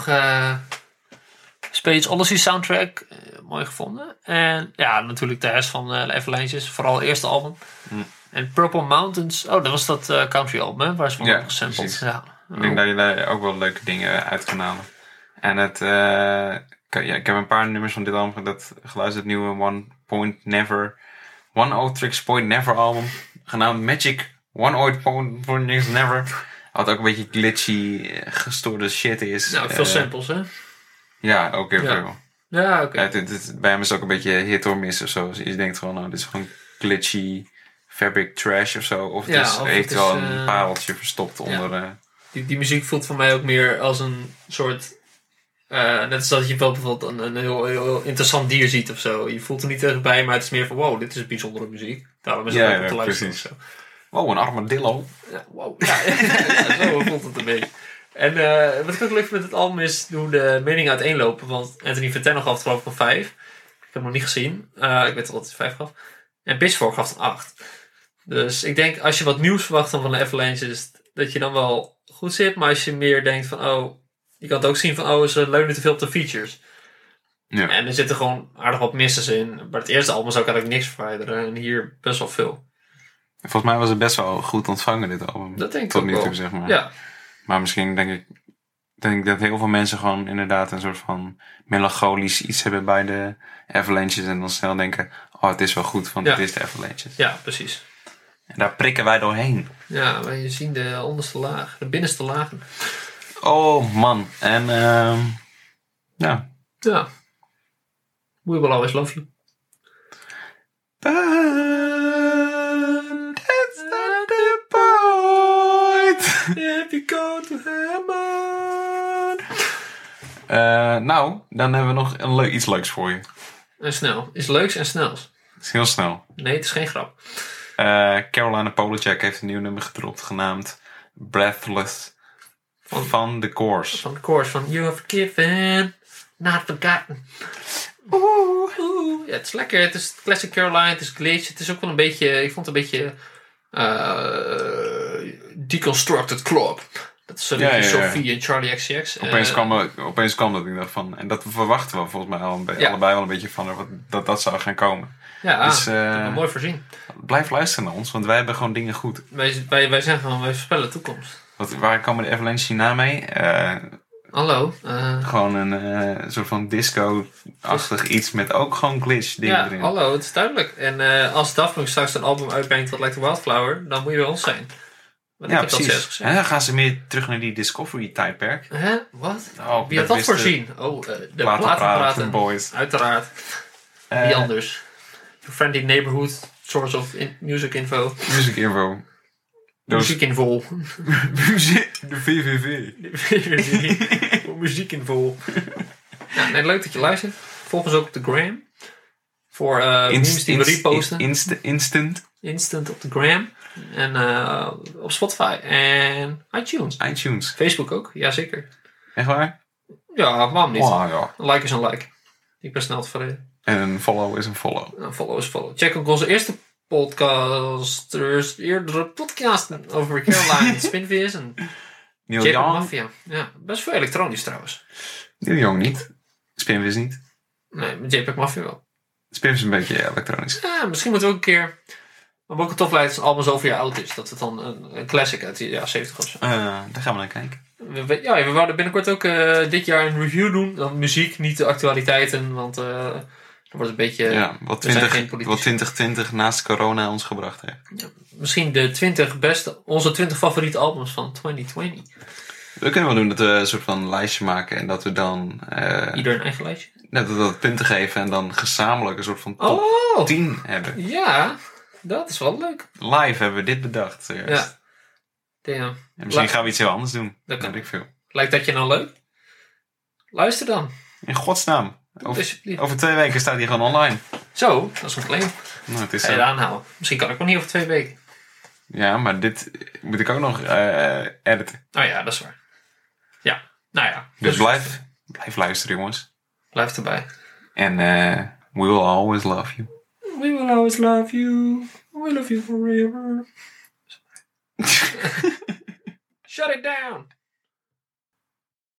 Space Odyssey soundtrack. Mooi gevonden. En ja, natuurlijk de rest van de Avalanches. Vooral het eerste album. En Purple Mountains. Dat was dat country album, hè? Waar ze van gesampled. Ja. Ik denk dat je daar ook wel leuke dingen uit kan halen. En ik heb een paar nummers van dit album geluisterd. Het nieuwe One Tricks Point Never album. Genaamd Magic One Point Never. Wat ook een beetje glitchy, gestoorde shit is. Nou, veel samples, hè? Ja, ook heel veel. Ja, oké. Bij hem is het ook een beetje hit or miss of zo. Dus je denkt gewoon, dit is gewoon glitchy, fabric trash of zo. Of het Ja, is of het eventueel is, een pareltje verstopt onder... Die muziek voelt voor mij ook meer als een soort... net als dat je wel bijvoorbeeld een heel interessant dier ziet of zo. Je voelt er niet echt bij, maar het is meer van... Wow, dit is bijzondere muziek. Daarom is het leuk om te luisteren of zo. Wow, een armadillo. Ja, wow. Ja, zo voelt het een beetje. En wat ik ook leuk vind met het album is hoe de meningen uiteenlopen. Want Anthony Fantano gaf het geloof ik een 5. Ik heb hem nog niet gezien. Ik weet wel dat hij 5 gaf. En Pitchfork gaf het een 8. Dus ik denk als je wat nieuws verwacht van de Avalanches, dat je dan wel goed zit. Maar als je meer denkt van je kan het ook zien van ze leunen te veel op de features. Ja. En er zitten gewoon aardig wat misses in. Bij het eerste album zou ik eigenlijk niks verwijderen. En hier best wel veel. Volgens mij was het best wel goed ontvangen, dit album. Dat denk ik tot ook nu wel. toe, zeg maar. Ja. Maar misschien denk ik dat heel veel mensen gewoon inderdaad een soort van melancholisch iets hebben bij de Avalanches. En dan snel denken, het is wel goed, want het is de Avalanches. Ja, precies. En daar prikken wij doorheen. Ja, wij zien de onderste laag. De binnenste lagen. Oh man. En ja. Ja. We will always love you. But that's not the point. If you go to heaven. Nou, dan hebben we nog iets leuks voor je. En snel. Is leuks en snels. Het is heel snel. Nee, het is geen grap. Carolina Polachek heeft een nieuw nummer gedropt genaamd Breathless van The Course. Van de chorus van You are forgiven, not forgotten. Oeh. Ja, het is lekker. Het is classic Caroline, het is glitch. Het is ook wel een beetje, ik vond het een beetje Deconstructed Club. Dat is Sophie en Charlie XCX. Opeens kwam dat, ik dacht van, en dat verwachten we volgens mij allebei wel een beetje van dat zou gaan komen. Ja, dus, dat hebben we mooi voorzien. Blijf luisteren naar ons, want wij hebben gewoon dingen goed. Wij zijn gewoon, wij voorspellen de toekomst. Waar komen de Avalanche hierna mee? Hallo. Gewoon een soort van disco-achtig iets met ook gewoon glitch dingen erin. Hallo, het is duidelijk. En als Daft Punk straks een album uitbrengt wat lijkt op Wildflower, dan moet je bij ons zijn. Want ik heb dat zelfs gezegd. En dan gaan ze meer terug naar die Discovery-tijdperk. Hè? Wat? Oh, wie had dat voorzien? De platenpraten. Boys. Uiteraard. Wie anders? Your friendly neighborhood source of music info. Music info. Muziekinfo. De VVV. Muziekinfo. Ja, nee, leuk dat je luistert. Volg ons ook op de gram. Voor memes die we reposten. Instant op de gram. En op Spotify. En iTunes. Facebook ook, jazeker. Echt waar? Ja, waarom niet? Oh, ja. Een like is een like. Ik ben snel tevreden. En een follow is een follow. Een follow is follow. Check ook onze eerste eerdere podcasten over Caroline, Spinvis en Neil Young. Mafia. Ja, best veel elektronisch trouwens. Neil Young niet. Spinvis niet. Nee, met JPEG Mafia wel. Spinvis een beetje elektronisch. Ja, misschien moeten we ook een keer... Maar ook een tof lijkt als een album zoveel jaar oud is. Dat het dan een classic uit de jaren 70 of zo. Daar gaan we naar kijken. We wouden binnenkort ook dit jaar een review doen. Dan muziek, niet de actualiteiten. Want dan wordt een beetje... Ja, wat 2020 naast corona ons gebracht heeft. Ja, misschien de 20 beste... Onze 20 favoriete albums van 2020. We kunnen wel doen dat we een soort van lijstje maken. En dat we dan... Ieder een eigen lijstje? Net dat we punten geven. En dan gezamenlijk een soort van top 10 hebben. Ja, dat is wel leuk. Live hebben we dit bedacht. Serieus. Ja. Damn. En misschien gaan we iets heel anders doen. Dat kan. Weet ik veel. Lijkt dat je nou leuk? Luister dan. In godsnaam. Over 2 weken staat hij gewoon online. Zo, dat is een claim. Nou, het is Ga je aanhouden. Misschien kan ik nog niet over 2 weken. Ja, maar dit moet ik ook nog editen. Oh ja, dat is waar. Ja, nou ja. Dus blijf luisteren, jongens. Blijf erbij. En we will always love you. We will always love you. We love you forever. Shut it down.